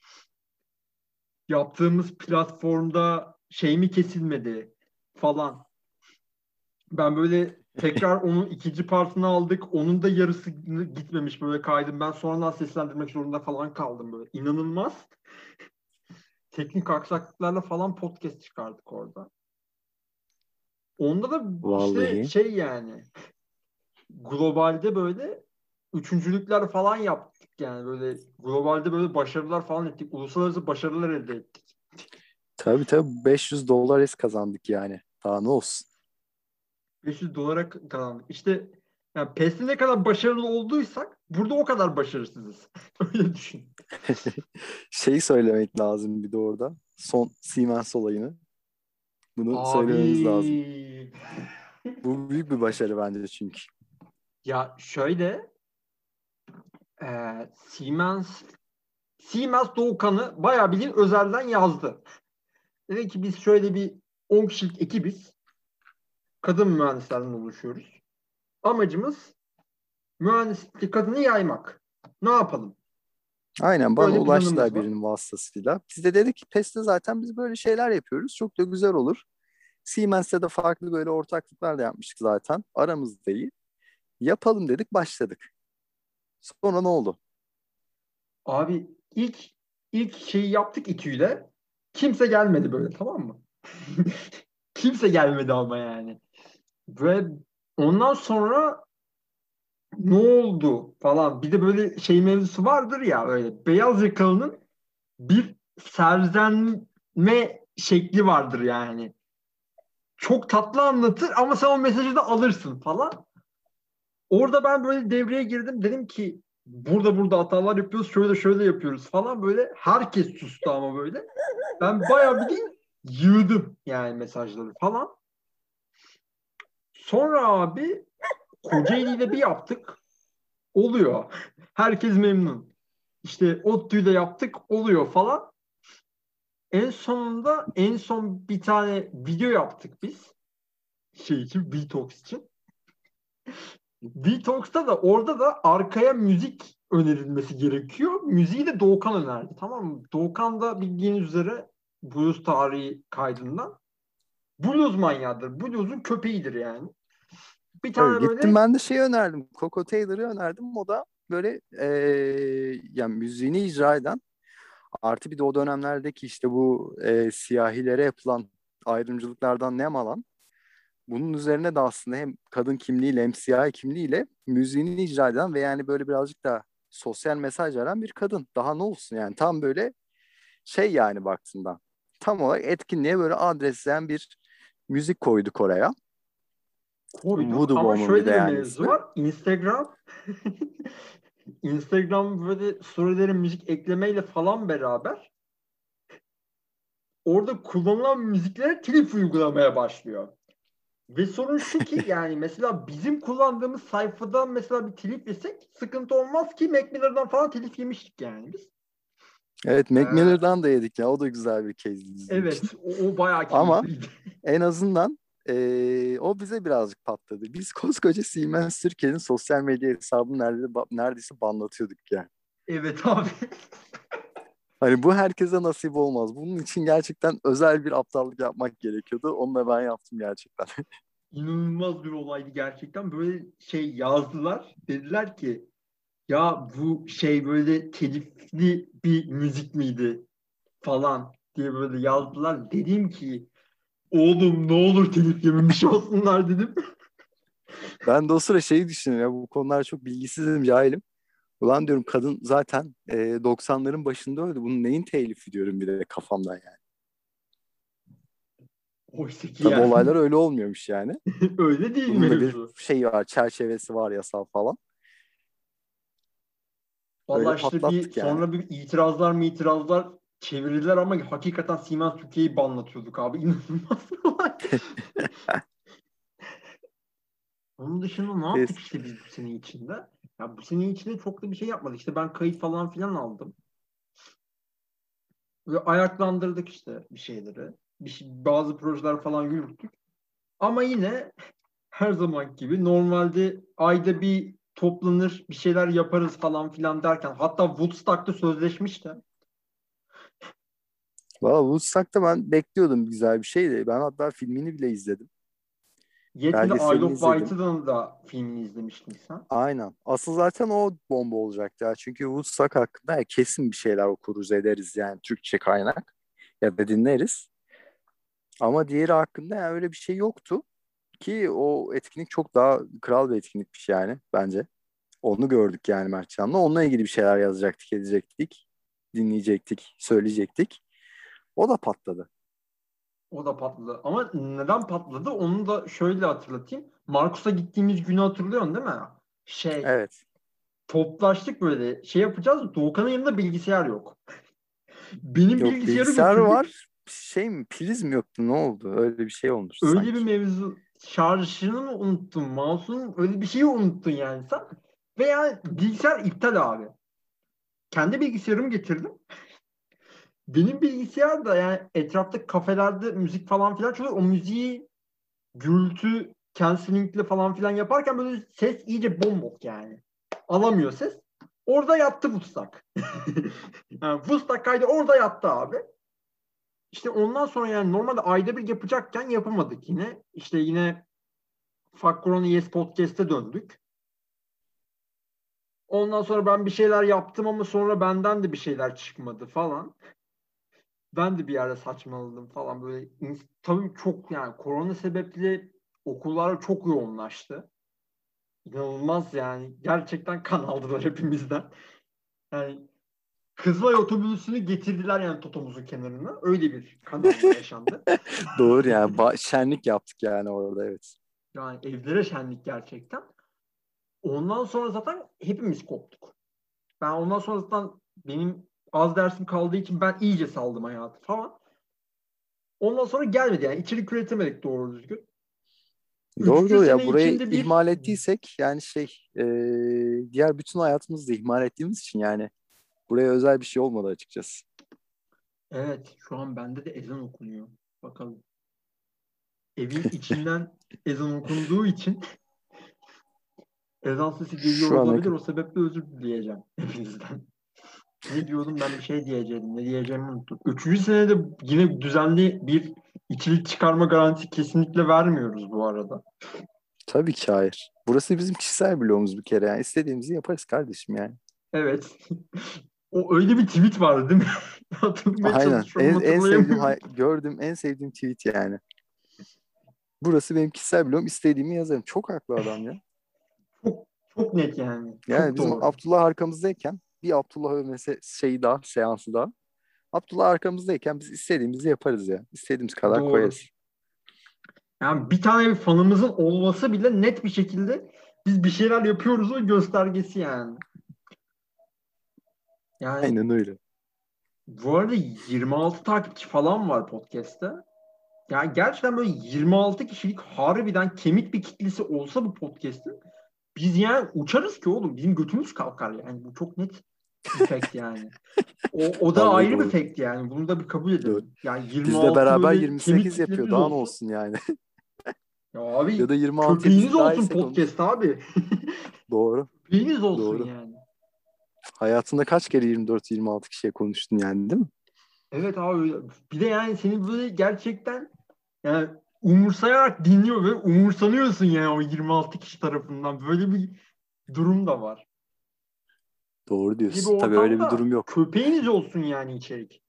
[SPEAKER 2] Yaptığımız platformda şey mi kesilmedi falan. Ben böyle tekrar onun ikinci partını aldık. Onun da yarısı gitmemiş, böyle kaydım. Ben sonradan seslendirmek zorunda falan kaldım böyle. İnanılmaz. Teknik aksaklıklarla falan podcast çıkardık orada. Onda da işte
[SPEAKER 1] Vallahi.
[SPEAKER 2] şey yani globalde böyle üçüncülükler falan yaptık yani, böyle globalde böyle başarılar falan ettik. Uluslararası başarılar elde ettik.
[SPEAKER 1] Tabii tabii beş yüz dolar es kazandık yani. Daha ne olsun.
[SPEAKER 2] beş yüz dolara kazandık. İşte yani P E S'te ne kadar başarılı olduysak burada o kadar başarısızız. Öyle düşün.
[SPEAKER 1] Şeyi söylemek lazım bir de orada. Son Siemens olayını. Bunu söylememiz lazım.
[SPEAKER 2] Abi
[SPEAKER 1] Bu büyük bir başarı bence çünkü.
[SPEAKER 2] ya şöyle e, Siemens Siemens Doğukan'ı bayağı bildiğin özelden yazdı. Dedi ki biz şöyle bir on kişilik ekibiz. Kadın mühendislerden oluşuyoruz. Amacımız mühendislik kadını yaymak. Ne yapalım?
[SPEAKER 1] Aynen bana
[SPEAKER 2] Böyle
[SPEAKER 1] ulaştılar
[SPEAKER 2] planımız var.
[SPEAKER 1] birinin vasıtasıyla. Biz de dedik ki PES'te zaten biz böyle şeyler yapıyoruz. Çok da güzel olur. Siemens'te de farklı böyle ortaklıklar da yapmıştık zaten. Aramızda iyi. Yapalım dedik başladık. Sonra ne oldu?
[SPEAKER 2] Abi ilk ilk şeyi yaptık İTÜ'yle. Kimse gelmedi böyle, tamam mı? Kimse gelmedi ama yani. Ve ondan sonra ne oldu falan. Bir de böyle şey mevzusu vardır ya, böyle beyaz yakalının bir serzenme şekli vardır yani. Çok tatlı anlatır ama sen o mesajı da alırsın falan. Orada ben böyle devreye girdim. Dedim ki burada burada hatalar yapıyoruz. Şöyle şöyle yapıyoruz falan böyle. Herkes sustu ama böyle. Ben bayağı bildiğin yığdım yani mesajları falan. Sonra abi Kocaeli'yle bir yaptık. Oluyor. Herkes memnun. İşte ODTÜ'yle yaptık. Oluyor falan. En sonunda en son bir tane video yaptık biz. Şey için, Vtox için. Vtox'ta da orada da arkaya müzik önerilmesi gerekiyor. Müziği de Doğukan önerdi. Tamam mı? Doğukan da bildiğiniz üzere blues tarihi kaydından blues manyağıdır. Blues'un köpeğidir yani. Bir
[SPEAKER 1] Evet,
[SPEAKER 2] tane
[SPEAKER 1] gittim
[SPEAKER 2] böyle
[SPEAKER 1] ben de şeyi önerdim. Coco Taylor'ı önerdim. O da böyle eee yani müziğini icra eden artı bir de o dönemlerdeki işte bu eee, siyahilere yapılan ayrımcılıklardan nem alan bunun üzerine de aslında hem kadın kimliğiyle hem siyahi kimliğiyle müziğini icra eden ve yani böyle birazcık da sosyal mesaj veren bir kadın. Daha ne olsun yani tam böyle şey yani baktığında tam olarak etkinliğe böyle adresleyen bir müzik koyduk oraya.
[SPEAKER 2] koyduk
[SPEAKER 1] Voodoo
[SPEAKER 2] ama
[SPEAKER 1] Woman bir de
[SPEAKER 2] şöyle bir
[SPEAKER 1] yani
[SPEAKER 2] mevzu
[SPEAKER 1] ismi.
[SPEAKER 2] var. Instagram Instagram böyle storylere müzik eklemeyle falan beraber orada kullanılan müziklere telif uygulamaya başlıyor. Ve sorun şu ki yani mesela bizim kullandığımız sayfadan mesela bir telif yesek sıkıntı olmaz ki Mac Miller'dan falan telif yemiştik yani biz.
[SPEAKER 1] Evet, Mac
[SPEAKER 2] Ee,
[SPEAKER 1] Miller'dan da yedik ya. O da güzel bir case'di bizim
[SPEAKER 2] evet
[SPEAKER 1] için.
[SPEAKER 2] o, o bayağı
[SPEAKER 1] Ama
[SPEAKER 2] keyifliydi.
[SPEAKER 1] en azından eee, o bize birazcık patladı. Biz koskoca Siemens Türkiye'nin sosyal medya hesabını neredeyse, neredeyse banlatıyorduk yani.
[SPEAKER 2] Evet abi.
[SPEAKER 1] Hani bu herkese nasip olmaz. Bunun için gerçekten özel bir aptallık yapmak gerekiyordu. Onu da ben yaptım gerçekten.
[SPEAKER 2] İnanılmaz bir olaydı gerçekten. Böyle şey yazdılar. Dediler ki ya bu şey böyle telifli bir müzik miydi falan diye böyle yazdılar. Dedim ki oğlum ne olur telif yememiş olsunlar dedim.
[SPEAKER 1] Ben de o sıra şeyi düşünüyorum ya bu konular çok bilgisizim, cahilim. Ulan diyorum kadın zaten eee, doksanların başında öldü. Bunun neyin telifi diyorum bir de kafamdan yani.
[SPEAKER 2] Oysa ki
[SPEAKER 1] Tabii
[SPEAKER 2] yani
[SPEAKER 1] olaylar öyle olmuyormuş yani.
[SPEAKER 2] öyle değil
[SPEAKER 1] Bunun da bir
[SPEAKER 2] mevzu.
[SPEAKER 1] şeyi var, çerçevesi var yasal falan. Öyle
[SPEAKER 2] Vallahi işte bir
[SPEAKER 1] patlattık yani.
[SPEAKER 2] sonra bir itirazlar mı itirazlar çevirdiler ama hakikaten Siemens Türkiye'yi banlatıyorduk abi. İnanılmaz bir olay. Onun dışında ne yaptık
[SPEAKER 1] Es-
[SPEAKER 2] işte biz bu sene içinde? Ya bu sene içinde çok da bir şey yapmadık. İşte ben kayıt falan filan aldım. Ve ayaklandırdık işte bir şeyleri. bir şey, bazı projeler falan yürüttük. Ama yine her zaman gibi normalde ayda bir toplanır bir şeyler yaparız falan filan derken hatta Woodstock'ta sözleşmişti.
[SPEAKER 1] Valla Woodstock'ta ben bekliyordum güzel bir şey de. Ben hatta filmini bile izledim.
[SPEAKER 2] Yetmedi Isle
[SPEAKER 1] Belgeselini
[SPEAKER 2] of
[SPEAKER 1] izledim.
[SPEAKER 2] Wight'ın da filmini izlemiştin sen.
[SPEAKER 1] Aynen. Asıl zaten o bomba olacaktı ya. Çünkü Woodstock hakkında ya kesin bir şeyler okuruz ederiz yani Türkçe kaynak. Ya da dinleriz. Ama diğeri hakkında yani öyle bir şey yoktu. Ki o etkinlik çok daha kral bir etkinlikmiş yani bence. Onu gördük yani Mertcan'la. Onunla ilgili bir şeyler yazacaktık, edecektik. Dinleyecektik, söyleyecektik. O da patladı.
[SPEAKER 2] O da patladı. Ama neden patladı? Onu da şöyle hatırlatayım. Markus'a gittiğimiz günü hatırlıyorsun değil mi? Şey,
[SPEAKER 1] Evet.
[SPEAKER 2] toplaştık böyle. Şey yapacağız. Doğukan'ın yanında bilgisayar yok. Benim
[SPEAKER 1] Yok
[SPEAKER 2] bilgisayarı
[SPEAKER 1] bilgisayar
[SPEAKER 2] götürdük.
[SPEAKER 1] var. Şey mi? Priz mi yoktu? Ne oldu? Öyle bir şey olmuş
[SPEAKER 2] Öyle bir
[SPEAKER 1] sanki.
[SPEAKER 2] mevzu. Şarjını mı unuttun? Mouse'un öyle bir şeyi unuttun yani sen. Veya bilgisayar iptal abi. Kendi bilgisayarımı getirdim. Benim bilgisayar da yani etrafta kafelerde müzik falan filan çalıyor. O müziği gürültü canceling'le falan filan yaparken böyle ses iyice bombok yani. Alamıyor ses. Orada yattı Woodstock. Yani Woodstock kaydı orada yattı abi. İşte ondan sonra yani normalde ayda bir yapacakken yapamadık yine. İşte yine Fuck Corona Yes Podcast'e döndük. Ondan sonra ben bir şeyler yaptım ama sonra benden de bir şeyler çıkmadı falan. Ben de bir yerde saçmaladım falan böyle. Tabii çok yani korona sebeple okullar çok yoğunlaştı. İnanılmaz yani. Gerçekten kan aldılar hepimizden. Yani Kızılay otobüsünü getirdiler yani Totomuzun kenarına. Öyle bir kan alma yaşandı.
[SPEAKER 1] Doğru yani. Ba- şenlik yaptık yani orada evet.
[SPEAKER 2] Yani evlere şenlik gerçekten. Ondan sonra zaten hepimiz koptuk. Ben ondan sonra zaten benim az dersim kaldığı için ben iyice saldım hayatı falan. Ondan sonra gelmedi yani. İçerik üretemedik doğru düzgün.
[SPEAKER 1] Doğru
[SPEAKER 2] Üçüncü
[SPEAKER 1] doğru ya
[SPEAKER 2] sene
[SPEAKER 1] burayı
[SPEAKER 2] içinde bir
[SPEAKER 1] ihmal ettiysek yani şey e, diğer bütün hayatımızı da ihmal ettiğimiz için yani buraya özel bir şey olmadı açıkçası.
[SPEAKER 2] evet şu an bende de ezan okunuyor. Bakalım. Evin içinden ezan okunduğu için ezan sesi geliyor
[SPEAKER 1] Şu ana
[SPEAKER 2] olabilir.
[SPEAKER 1] kadar.
[SPEAKER 2] O sebeple özür dileyeceğim hepinizden. Ne diyordum ben bir şey diyeceğim. Ne diyeceğimi unuttum. Üçüncü senede yine düzenli bir içerik çıkarma garantisi kesinlikle vermiyoruz bu arada.
[SPEAKER 1] Tabii ki hayır. Burası bizim kişisel bloğumuz bir kere yani. İstediğimizi yaparız kardeşim yani.
[SPEAKER 2] Evet. O öyle bir tweet vardı değil mi? Hatırlamaya
[SPEAKER 1] Aynen.
[SPEAKER 2] çalışıyorum
[SPEAKER 1] En, en sevdiğim,
[SPEAKER 2] hatırlayamıyorum.
[SPEAKER 1] hay- gördüğüm en sevdiğim tweet yani. Burası benim kişisel bloğum. İstediğimi yazarım. Çok haklı adam ya.
[SPEAKER 2] Çok, çok net yani.
[SPEAKER 1] Yani
[SPEAKER 2] Çok
[SPEAKER 1] bizim
[SPEAKER 2] doğru.
[SPEAKER 1] Abdullah arkamızdayken bir Abdullah övmesi şeyi daha, seansı daha. Abdullah arkamızdayken biz istediğimizi yaparız ya. İstediğimiz kadar
[SPEAKER 2] Doğru.
[SPEAKER 1] koyarız.
[SPEAKER 2] Yani bir tane bir fanımızın olması bile net bir şekilde biz bir şeyler yapıyoruzun göstergesi yani. Yani
[SPEAKER 1] Aynen öyle.
[SPEAKER 2] bu arada yirmi altı takipçi falan var podcast'te. Yani gerçekten böyle yirmi altı kişilik harbiden kemik bir kitlesi olsa bu podcast'in biz yani uçarız ki oğlum. Bizim götümüz kalkar yani. Bu çok net bir fact yani. O, o da
[SPEAKER 1] Vallahi
[SPEAKER 2] ayrı bir
[SPEAKER 1] doğru.
[SPEAKER 2] fact yani. Bunu da bir kabul
[SPEAKER 1] Doğru.
[SPEAKER 2] edelim. Yani
[SPEAKER 1] Bizle
[SPEAKER 2] yirmi altı
[SPEAKER 1] beraber
[SPEAKER 2] böyle kemik
[SPEAKER 1] yirmi sekiz yapıyor.
[SPEAKER 2] kitlemiz
[SPEAKER 1] Daha ne
[SPEAKER 2] olsun.
[SPEAKER 1] olsun yani.
[SPEAKER 2] Ya
[SPEAKER 1] Ya
[SPEAKER 2] abi
[SPEAKER 1] da yirmi altıya
[SPEAKER 2] köpeğiniz
[SPEAKER 1] bizi
[SPEAKER 2] olsun
[SPEAKER 1] dahilse konuş.
[SPEAKER 2] podcast abi.
[SPEAKER 1] Doğru.
[SPEAKER 2] Köpeğiniz olsun
[SPEAKER 1] Doğru.
[SPEAKER 2] yani.
[SPEAKER 1] Hayatında kaç kere yirmi dört yirmi altı kişiye konuştun yani değil mi?
[SPEAKER 2] Evet abi. Bir de yani seni böyle gerçekten yani umursayarak dinliyor ve umursanıyorsun yani o yirmi altı kişi tarafından. Böyle bir durum da var.
[SPEAKER 1] Doğru
[SPEAKER 2] Gibi
[SPEAKER 1] diyorsun. Tabii öyle bir
[SPEAKER 2] ortamda
[SPEAKER 1] durum yok.
[SPEAKER 2] köpeğiniz olsun yani içerik.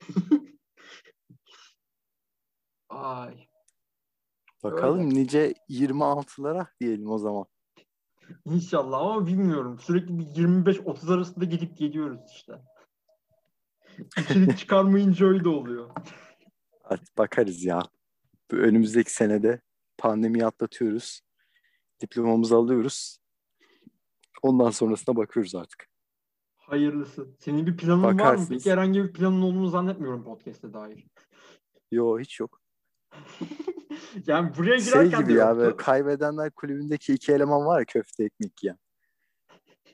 [SPEAKER 2] Ay öyle.
[SPEAKER 1] Bakalım nice yirmi altılara diyelim o zaman.
[SPEAKER 2] İnşallah ama bilmiyorum. Sürekli bir yirmi beş otuz arasında gidip geliyoruz işte. İçerik çıkarmayınca öyle oluyor.
[SPEAKER 1] Artık bakarız ya. Bu önümüzdeki senede pandemiyi atlatıyoruz. Diplomamızı alıyoruz. Ondan sonrasına bakıyoruz artık.
[SPEAKER 2] Hayırlısı. Senin bir planın var mı? Peki
[SPEAKER 1] Bakarsınız.
[SPEAKER 2] herhangi bir planın olduğunu zannetmiyorum podcast'e dair.
[SPEAKER 1] Yo hiç yok.
[SPEAKER 2] Yani buraya
[SPEAKER 1] Şey
[SPEAKER 2] girerken de
[SPEAKER 1] gibi ya böyle
[SPEAKER 2] yoktu.
[SPEAKER 1] kaybedenler kulübündeki iki eleman var ya köfte ekmek yiyen.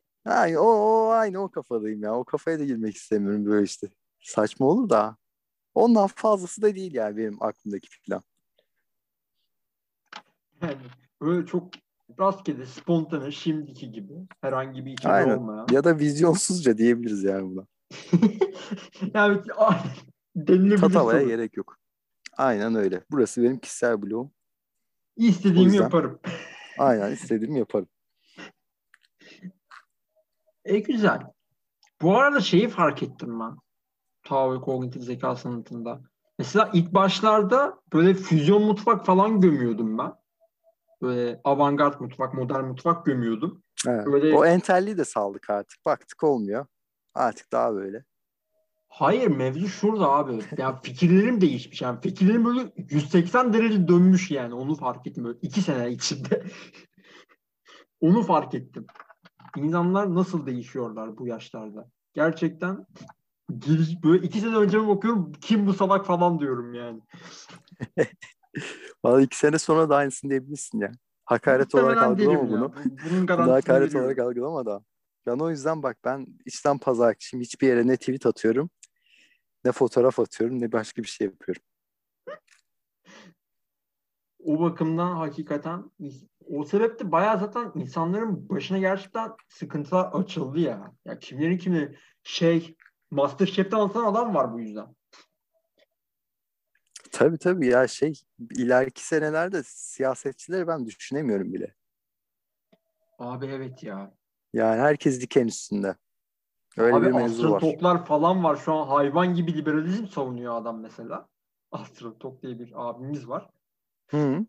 [SPEAKER 1] Aynı o, o aynı o kafadayım ya. O kafaya da girmek istemiyorum böyle işte. Saçma olur da. Ondan fazlası da değil yani benim aklımdaki plan.
[SPEAKER 2] Yani böyle çok rastgele, spontane, şimdiki gibi herhangi bir içeriği
[SPEAKER 1] Aynen.
[SPEAKER 2] olmayan.
[SPEAKER 1] Ya da vizyonsuzca diyebiliriz yani buna.
[SPEAKER 2] Yani denilebilir
[SPEAKER 1] Tatavaya
[SPEAKER 2] sanırım.
[SPEAKER 1] gerek yok. Aynen öyle. Burası benim kişisel blogum. O
[SPEAKER 2] İstediğimi
[SPEAKER 1] yüzden
[SPEAKER 2] yaparım.
[SPEAKER 1] aynen istediğimi yaparım.
[SPEAKER 2] E güzel. Bu arada şeyi fark ettim ben. Tao ve kognitif zeka sanatında. Mesela ilk başlarda böyle füzyon mutfak falan gömüyordum ben. Böyle avantgard mutfak, modern mutfak gömüyordum.
[SPEAKER 1] Evet. O
[SPEAKER 2] Böyle
[SPEAKER 1] entelliği de saldık artık. Baktık olmuyor. Artık daha böyle.
[SPEAKER 2] hayır, mevzu şurada abi. Ya fikirlerim değişmiş. Yani fikirlerim böyle yüz seksen derece dönmüş yani. Onu fark ettim böyle iki sene içinde. Onu fark ettim. İnsanlar nasıl değişiyorlar bu yaşlarda? Gerçekten giriş, böyle iki sene önce bakıyorum kim bu salak falan diyorum yani.
[SPEAKER 1] Vallahi iki sene sonra da aynısını diyebilirsin ya. Hakaret olarak
[SPEAKER 2] Muhtemelen
[SPEAKER 1] algılama
[SPEAKER 2] derim
[SPEAKER 1] bunu.
[SPEAKER 2] ya. Bu, bunun
[SPEAKER 1] Bunu
[SPEAKER 2] garantisini
[SPEAKER 1] hakaret olarak
[SPEAKER 2] veriyorum.
[SPEAKER 1] algılama da. Ben o yüzden bak ben içten pazartesiyim. Hiçbir yere ne tweet atıyorum, ne fotoğraf atıyorum, ne başka bir şey yapıyorum.
[SPEAKER 2] O bakımdan hakikaten o sebeple bayağı zaten insanların başına gerçekten sıkıntılar açıldı ya. Ya kimlerin kimleri şey MasterChef'ten atan adam var bu yüzden.
[SPEAKER 1] Tabii tabii ya şey ileriki senelerde siyasetçileri ben düşünemiyorum bile.
[SPEAKER 2] Abi evet ya.
[SPEAKER 1] Yani herkes diken üstünde. Öyle
[SPEAKER 2] Abi
[SPEAKER 1] bir mevzu
[SPEAKER 2] Astral
[SPEAKER 1] var.
[SPEAKER 2] Talk'lar falan var. Şu an hayvan gibi liberalizm savunuyor adam mesela. Astral Talk diye bir abimiz var.
[SPEAKER 1] Hı.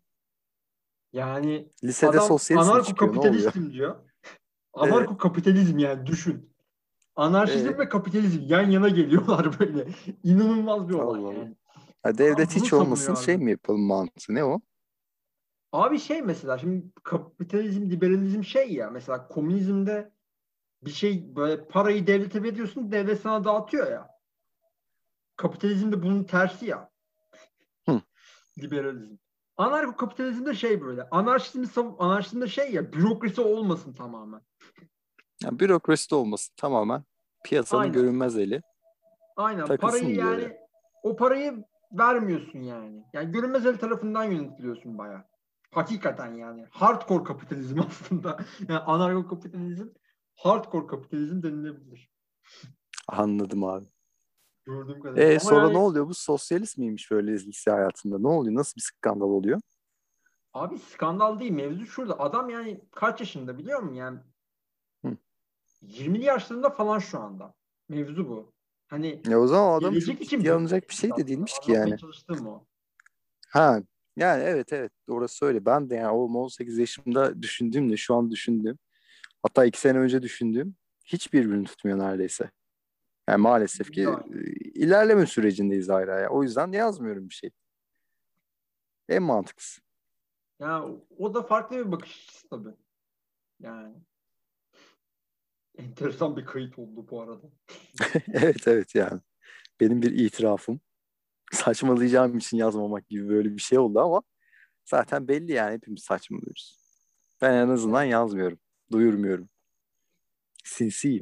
[SPEAKER 2] Yani
[SPEAKER 1] Lisede
[SPEAKER 2] adam
[SPEAKER 1] sosyalist mi çıkıyor? Ne oluyor?
[SPEAKER 2] anarko-kapitalistim diyor.
[SPEAKER 1] E,
[SPEAKER 2] Anarko-kapitalizm yani düşün. Anarşizm
[SPEAKER 1] e,
[SPEAKER 2] ve kapitalizm yan yana geliyorlar böyle. İnanılmaz bir olay
[SPEAKER 1] Allah Allah.
[SPEAKER 2] yani.
[SPEAKER 1] Ha,
[SPEAKER 2] Adam
[SPEAKER 1] devlet
[SPEAKER 2] bunu
[SPEAKER 1] hiç olmasın
[SPEAKER 2] savunuyor
[SPEAKER 1] şey
[SPEAKER 2] abi.
[SPEAKER 1] mi yapalım mantığı ne o?
[SPEAKER 2] Abi şey mesela şimdi kapitalizm, liberalizm şey ya mesela komünizmde bir şey böyle parayı devlete veriyorsun devlet sana dağıtıyor ya. Kapitalizmde bunun tersi ya.
[SPEAKER 1] Hı.
[SPEAKER 2] Liberalizm. Anarko kapitalizmde şey böyle. Anarşizmi sav- anarşizmde şey ya bürokrasi olmasın tamamen.
[SPEAKER 1] Yani bürokrasi de olmasın tamamen. Piyasanın
[SPEAKER 2] Aynen.
[SPEAKER 1] görünmez eli
[SPEAKER 2] Aynen. Parayı
[SPEAKER 1] takılsın bir yere.
[SPEAKER 2] yani o parayı vermiyorsun yani. Yani görünmez el tarafından yönetiliyorsun bayağı. Hakikaten yani. Hardcore kapitalizm aslında. Yani anarko kapitalizm hardcore kapitalizm denilebilir.
[SPEAKER 1] Anladım abi.
[SPEAKER 2] Gördüğüm kadarıyla.
[SPEAKER 1] E
[SPEAKER 2] Ama
[SPEAKER 1] sonra ne
[SPEAKER 2] yani
[SPEAKER 1] oluyor? Bu sosyalist miymiş böyle lise hayatında? Ne oluyor? Nasıl bir skandal oluyor?
[SPEAKER 2] abi skandal değil. Mevzu şurada. Adam yani kaç yaşında biliyor musun? Yani
[SPEAKER 1] Hı.
[SPEAKER 2] yirmili yaşlarında falan şu anda. Mevzu bu. Hani
[SPEAKER 1] Ya o zaman adam
[SPEAKER 2] gelecek
[SPEAKER 1] çok
[SPEAKER 2] için
[SPEAKER 1] ciddiye
[SPEAKER 2] büyük
[SPEAKER 1] alınacak bir
[SPEAKER 2] tehdit
[SPEAKER 1] şey de
[SPEAKER 2] aslında.
[SPEAKER 1] değilmiş ki
[SPEAKER 2] Anlatmaya
[SPEAKER 1] yani.
[SPEAKER 2] çalıştığım o.
[SPEAKER 1] Ha yani evet evet orası öyle. Ben de yani o on sekiz yaşımda düşündüğümle şu an düşündüğüm hatta iki sene önce düşündüğüm hiç birbirini tutmuyor neredeyse. Yani maalesef ki
[SPEAKER 2] Yani.
[SPEAKER 1] e, ilerleme sürecindeyiz hala ya. O yüzden yazmıyorum bir şey. En mantıklısı.
[SPEAKER 2] Yani o da farklı bir bakış açısı tabii. Yani enteresan bir kayıt oldu bu arada.
[SPEAKER 1] Evet evet yani. Benim bir itirafım. Saçmalayacağım için yazmamak gibi böyle bir şey oldu ama zaten belli yani hepimiz saçmalıyoruz. Ben en azından
[SPEAKER 2] Yani
[SPEAKER 1] yazmıyorum. Duyurmuyorum. Sinsiyim.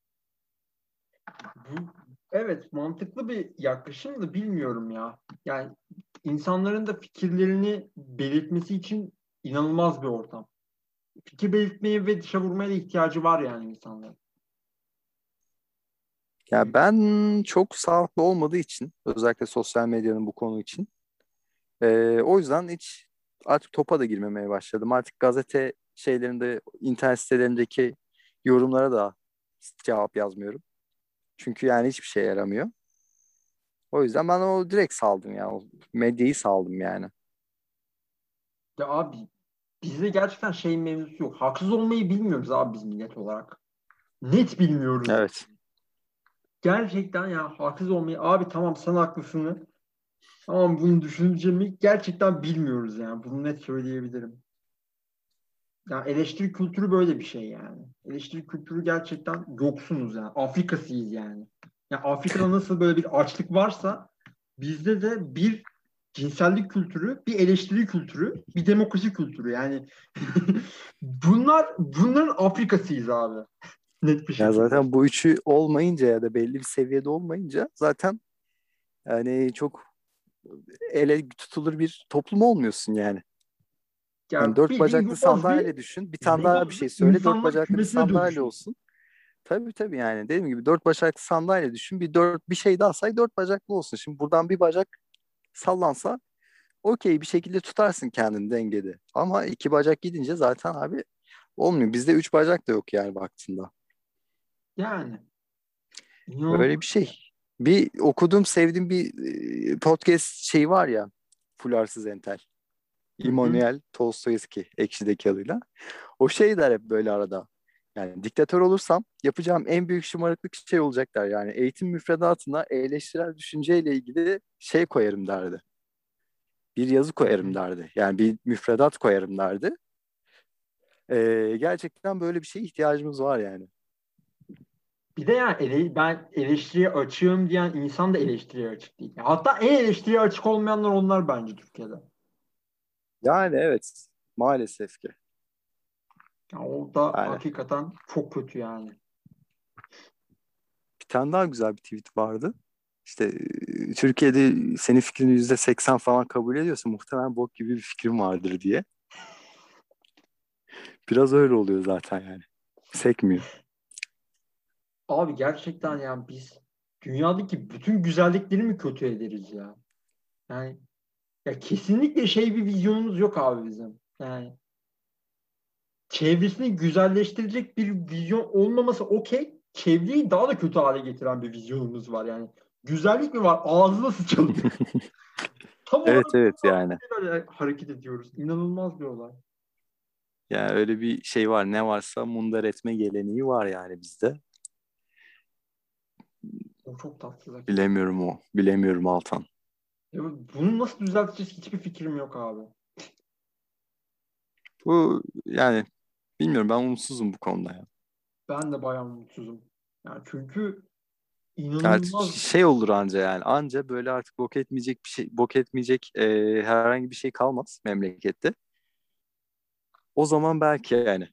[SPEAKER 2] bu evet mantıklı bir yaklaşım da bilmiyorum ya. Yani insanların da fikirlerini belirtmesi için inanılmaz bir ortam. Fikir belirtmeye ve dışa vurmaya da ihtiyacı var yani insanların.
[SPEAKER 1] Ya ben çok sağlıklı olmadığı için özellikle sosyal medyanın bu konu için e, o yüzden hiç artık topa da girmemeye başladım. Artık gazete şeylerinde internet sitelerindeki yorumlara da cevap yazmıyorum. Çünkü yani hiçbir şey yaramıyor. O yüzden ben o direkt saldım ya. O medyayı saldım yani.
[SPEAKER 2] Ya abi bizde gerçekten şey mevzusu yok. Haksız olmayı bilmiyoruz abi biz millet olarak. Net bilmiyoruz.
[SPEAKER 1] Evet.
[SPEAKER 2] Gerçekten ya haksız olmayı abi tamam sen haklısın. Tamam bunu düşüneceğimi gerçekten bilmiyoruz yani. Bunu net söyleyebilirim. Ya eleştiri kültürü böyle bir şey yani. Eleştiri kültürü gerçekten yoksunuz yani. Afrikasıyız yani. Ya Afrika'da nasıl böyle bir açlık varsa bizde de bir cinsellik kültürü, bir eleştiri kültürü, bir demokrasi kültürü. Yani bunlar bunların Afrikasıyız abi. Net bir
[SPEAKER 1] Ya
[SPEAKER 2] şekilde.
[SPEAKER 1] zaten bu üçü olmayınca ya da belli bir seviyede olmayınca zaten Yani çok ele tutulur bir toplum olmuyorsun yani. Hani
[SPEAKER 2] Ya
[SPEAKER 1] dört
[SPEAKER 2] bildiğin
[SPEAKER 1] bacaklı
[SPEAKER 2] yobaz bir
[SPEAKER 1] sandalye düşün. Bir tane daha bir
[SPEAKER 2] yobaz
[SPEAKER 1] şey
[SPEAKER 2] bir
[SPEAKER 1] söyle. Dört
[SPEAKER 2] insanlık
[SPEAKER 1] bacaklı bir
[SPEAKER 2] kümesine
[SPEAKER 1] sandalye
[SPEAKER 2] dönüşüyorsun.
[SPEAKER 1] olsun. Tabii tabii yani. Dediğim gibi dört bacaklı sandalye düşün. Bir dört bir şey daha say dört bacaklı olsun. Şimdi buradan bir bacak sallansa okey bir şekilde tutarsın kendini dengede. Ama iki bacak gidince zaten abi olmuyor. Bizde üç bacak da yok yani baktığında.
[SPEAKER 2] Yani
[SPEAKER 1] Öyle
[SPEAKER 2] inanılmaz.
[SPEAKER 1] bir şey. Bir okuduğum sevdiğim bir e, podcast şey var ya. Fularsız Entel.
[SPEAKER 2] Hı hı.
[SPEAKER 1] Immanuel Tolstoyski Ekşi'deki adıyla. O şey der hep böyle arada. Yani diktatör olursam yapacağım en büyük şımarıklık şey olacak der. Yani eğitim müfredatına eleştirel düşünceyle ilgili şey koyarım derdi. Bir yazı
[SPEAKER 2] Hı
[SPEAKER 1] koyarım
[SPEAKER 2] hı.
[SPEAKER 1] derdi. Yani bir müfredat koyarım derdi. Ee, gerçekten böyle bir şeye ihtiyacımız var yani.
[SPEAKER 2] Bir de yani ele, ben eleştiriye açığım diyen insan da eleştiriye açık değil. Hatta en eleştiriye açık olmayanlar onlar bence Türkiye'de.
[SPEAKER 1] Yani evet. Maalesef ki.
[SPEAKER 2] Yani o da
[SPEAKER 1] Yani
[SPEAKER 2] hakikaten çok kötü yani.
[SPEAKER 1] bir tane daha güzel bir tweet vardı. İşte e, Türkiye'de senin fikrini yüzde seksen falan kabul ediyorsa muhtemelen bok gibi bir fikrim vardır diye. Biraz öyle oluyor zaten yani. Sekmiyor.
[SPEAKER 2] Abi gerçekten yani biz dünyadaki bütün güzellikleri mi kötü ederiz ya? Yani ya kesinlikle şey bir vizyonumuz yok abi bizim. Yani çevresini güzelleştirecek bir vizyon olmaması okey. Çevreyi daha da kötü hale getiren bir vizyonumuz var yani. Güzellik mi var? Ağzına sıçalım. Tam
[SPEAKER 1] Evet
[SPEAKER 2] olarak
[SPEAKER 1] evet yani.
[SPEAKER 2] böyle hareket ediyoruz. İnanılmaz bir olay.
[SPEAKER 1] Yani öyle bir şey var. Ne varsa mundar etme geleneği var yani bizde.
[SPEAKER 2] O çok tatsız hakikaten.
[SPEAKER 1] Bilemiyorum o. Bilemiyorum Altan.
[SPEAKER 2] Ya bunu nasıl düzelteceğiz hiçbir fikrim yok abi.
[SPEAKER 1] Bu yani bilmiyorum ben umutsuzum bu konuda ya.
[SPEAKER 2] Ben de bayağı mutsuzum. Yani çünkü
[SPEAKER 1] Yani
[SPEAKER 2] inanılmaz.
[SPEAKER 1] şey olur anca yani anca böyle artık bok etmeyecek bir şey bok etmeyecek e, herhangi bir şey kalmaz memlekette. O zaman belki yani.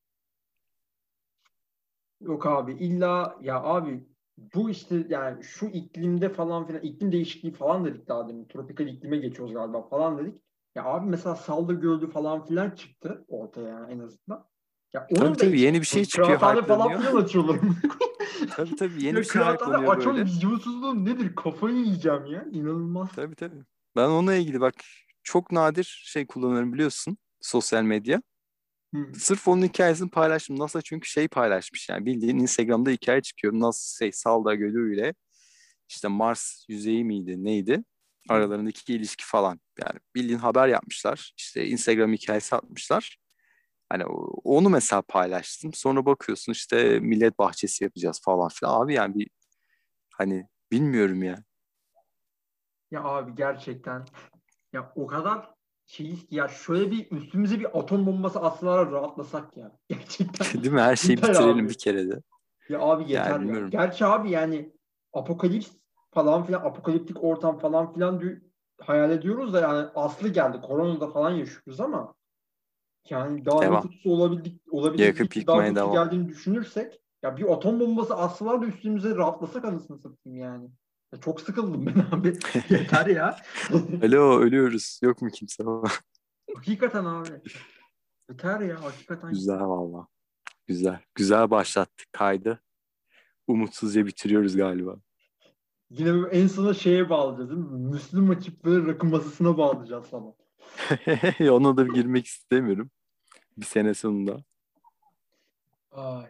[SPEAKER 2] Yok abi illa ya abi bu işte yani şu iklimde falan filan iklim değişikliği falan dedik daha demin. Tropikal iklime geçiyoruz galiba falan dedik. Ya abi mesela Salda Gölü falan filan çıktı ortaya yani en azından. Ya
[SPEAKER 1] Tabii
[SPEAKER 2] onun da
[SPEAKER 1] tabii
[SPEAKER 2] içine
[SPEAKER 1] yeni bir şey çıkıyor
[SPEAKER 2] kıraathane falan
[SPEAKER 1] hype'lanıyor.
[SPEAKER 2] filan açıyorlar.
[SPEAKER 1] Tabii tabii yeni bir
[SPEAKER 2] Ya
[SPEAKER 1] şey
[SPEAKER 2] kıraathane
[SPEAKER 1] hype'lanıyor
[SPEAKER 2] açma
[SPEAKER 1] böyle.
[SPEAKER 2] vizyonsuzluğu nedir? Kafayı yiyeceğim ya. İnanılmaz.
[SPEAKER 1] Tabii tabii. Ben onunla ilgili bak çok nadir şey kullanırım biliyorsun sosyal medya.
[SPEAKER 2] Hı.
[SPEAKER 1] Sırf onun hikayesini paylaştım. NASA çünkü şey paylaşmış yani bildiğin Instagram'da hikaye çıkıyor. Nasıl şey Salda Gölü ile işte Mars yüzeyi miydi neydi?
[SPEAKER 2] Hı.
[SPEAKER 1] Aralarındaki ilişki falan. Yani bildiğin haber yapmışlar. İşte Instagram hikayesi atmışlar. Hani o- onu mesela paylaştım. Sonra bakıyorsun işte millet bahçesi yapacağız falan filan. Abi yani bir hani bilmiyorum ya.
[SPEAKER 2] Ya abi gerçekten ya o kadar şeyiz ki ya şöyle bir üstümüze bir atom bombası atsalar rahatlasak ya. Gerçekten
[SPEAKER 1] Değil mi? Her şeyi
[SPEAKER 2] yeter
[SPEAKER 1] bitirelim bir
[SPEAKER 2] abi.
[SPEAKER 1] kere de.
[SPEAKER 2] Ya abi
[SPEAKER 1] Yani
[SPEAKER 2] yeter ya.
[SPEAKER 1] bilmiyorum.
[SPEAKER 2] Gerçi abi yani apokalips falan filan apokaliptik ortam falan filan diyor, hayal ediyoruz da yani aslı geldi. Koronada falan yaşıyoruz ama yani daha ne
[SPEAKER 1] Devam.
[SPEAKER 2] kötüsü olabildik,
[SPEAKER 1] Yakıp
[SPEAKER 2] olabilecek bir daha
[SPEAKER 1] yıkmaya
[SPEAKER 2] kötüsü
[SPEAKER 1] devam.
[SPEAKER 2] geldiğini düşünürsek ya bir atom bombası atsalar da üstümüze rahatlasak anasını satayım yani. Ya çok sıkıldım ben abi. Yeter ya.
[SPEAKER 1] Alo ölüyoruz. Yok mu kimse?
[SPEAKER 2] Hakikaten abi. Yeter ya. Hakikaten
[SPEAKER 1] Güzel
[SPEAKER 2] yeter.
[SPEAKER 1] valla. Güzel. Güzel başlattık kaydı. Umutsuzca bitiriyoruz galiba.
[SPEAKER 2] Yine böyle en sona şeye bağlayacağız değil mi? Müslüm açıp böyle rakı masasına bağlayacağız falan.
[SPEAKER 1] Ona da girmek istemiyorum. Bir sene sonunda.
[SPEAKER 2] Ay.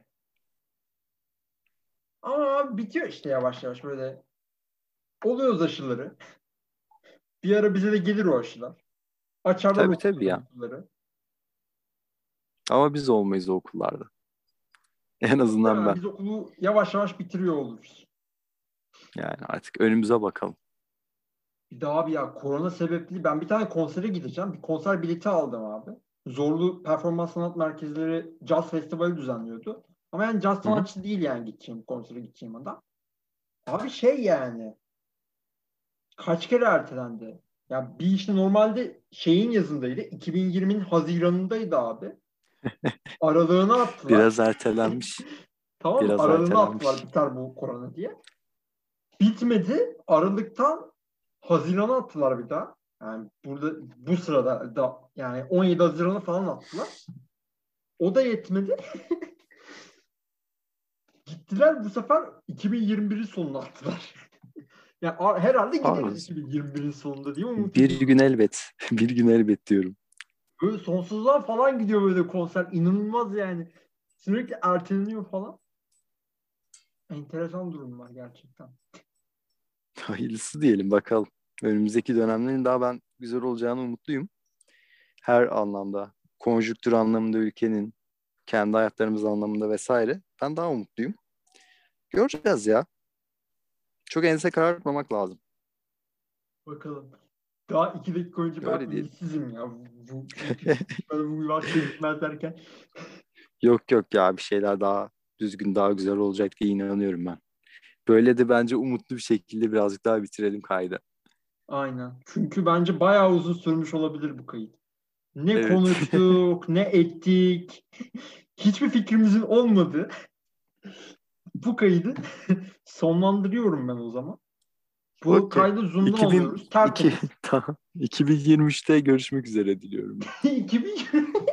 [SPEAKER 2] Ama abi bitiyor işte yavaş yavaş böyle. Oluyoruz aşıları. Bir ara bize de gelir o aşılar. Açarlar
[SPEAKER 1] Tabii tabii ya.
[SPEAKER 2] okulları.
[SPEAKER 1] Ama biz olmayız o okullarda. En azından
[SPEAKER 2] Muhtemelen
[SPEAKER 1] ben.
[SPEAKER 2] biz okulu yavaş yavaş bitiriyor oluruz.
[SPEAKER 1] Yani artık önümüze bakalım.
[SPEAKER 2] Bir daha abi ya korona sebepli ben bir tane konsere gideceğim. Bir konser bileti aldım abi. Zorlu Performans Sanat Merkezleri Jazz Festivali düzenliyordu. Ama yani caz
[SPEAKER 1] Hı hı.
[SPEAKER 2] sanatçısı değil yani gideceğim konsere gideceğim adam. Abi şey yani kaç kere ertelendi? Ya bir işte normalde şeyin yazındaydı. iki bin yirminin Haziran'ındaydı abi. Aralığına attılar.
[SPEAKER 1] Biraz ertelenmiş.
[SPEAKER 2] Tamam mı?
[SPEAKER 1] Biraz
[SPEAKER 2] Aralığına attılar
[SPEAKER 1] ertelenmiş.
[SPEAKER 2] biter bu korona diye. Bitmedi. Aralıktan Haziran'a attılar bir daha. Yani burada bu sırada da yani on yedi Haziran'a falan attılar. O da yetmedi. Gittiler bu sefer iki bin yirmi birin sonuna attılar. Yani herhalde
[SPEAKER 1] Abi,
[SPEAKER 2] gideriz iki bin yirmi birin sonunda diye umut
[SPEAKER 1] bir
[SPEAKER 2] ediyorum.
[SPEAKER 1] gün elbet. Bir gün elbet diyorum.
[SPEAKER 2] Böyle sonsuzluğa falan gidiyor böyle konser. İnanılmaz yani. Sürekli erteleniyor falan. Enteresan durumlar gerçekten.
[SPEAKER 1] Hayırlısı diyelim bakalım. Önümüzdeki dönemlerin daha ben güzel olacağını umutluyum. Her anlamda. Konjüktür anlamında ülkenin, kendi hayatlarımız anlamında vesaire. Ben daha umutluyum. Göreceğiz ya. Çok ense karartmamak lazım.
[SPEAKER 2] Bakalım. Daha iki dakika önce ben
[SPEAKER 1] Öyle diyelim.
[SPEAKER 2] ümitsizim ya. Bu ülke bitmez, bu üniversite bitmez derken.
[SPEAKER 1] Yok yok ya, bir şeyler daha düzgün, daha güzel olacak diye inanıyorum ben. Böyle de bence umutlu bir şekilde birazcık daha bitirelim kaydı.
[SPEAKER 2] Aynen. Çünkü bence bayağı uzun sürmüş olabilir bu kayıt. Ne
[SPEAKER 1] Evet.
[SPEAKER 2] konuştuk, ne ettik. Hiçbir fikrimizin olmadığı bu kaydı sonlandırıyorum ben o zaman. Bu
[SPEAKER 1] Okey.
[SPEAKER 2] kaydı Zoom'dan
[SPEAKER 1] iki bin,
[SPEAKER 2] alıyoruz.
[SPEAKER 1] iki,
[SPEAKER 2] Tertemiz.
[SPEAKER 1] tamam. iki bin yirmi üçte görüşmek üzere diliyorum ben.
[SPEAKER 2] iki bin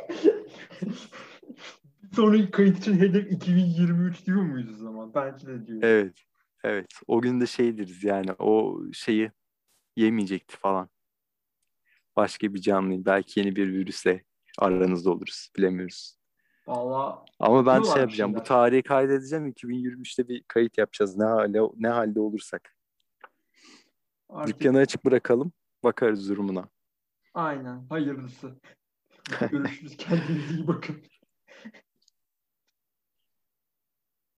[SPEAKER 2] sonraki kayıt için hedef iki bin yirmi üç diyor muyuz o zaman? Belki de diyoruz.
[SPEAKER 1] Evet. Evet. O gün de şey deriz yani, o şeyi yemeyecekti falan. Başka bir canlı. Belki yeni bir virüsle aranızda oluruz. Bilemiyoruz.
[SPEAKER 2] Valla
[SPEAKER 1] Ama ben şey
[SPEAKER 2] diyorlar bir
[SPEAKER 1] yapacağım. Bu
[SPEAKER 2] şeyler.
[SPEAKER 1] tarihi kaydedeceğim. iki bin yirmi üçte bir kayıt yapacağız. Ne halde, ne halde olursak. Dükkanı
[SPEAKER 2] Artık
[SPEAKER 1] açık bırakalım. Bakarız durumuna.
[SPEAKER 2] aynen hayırlısı. Görüşürüz. Kendinize iyi bakın.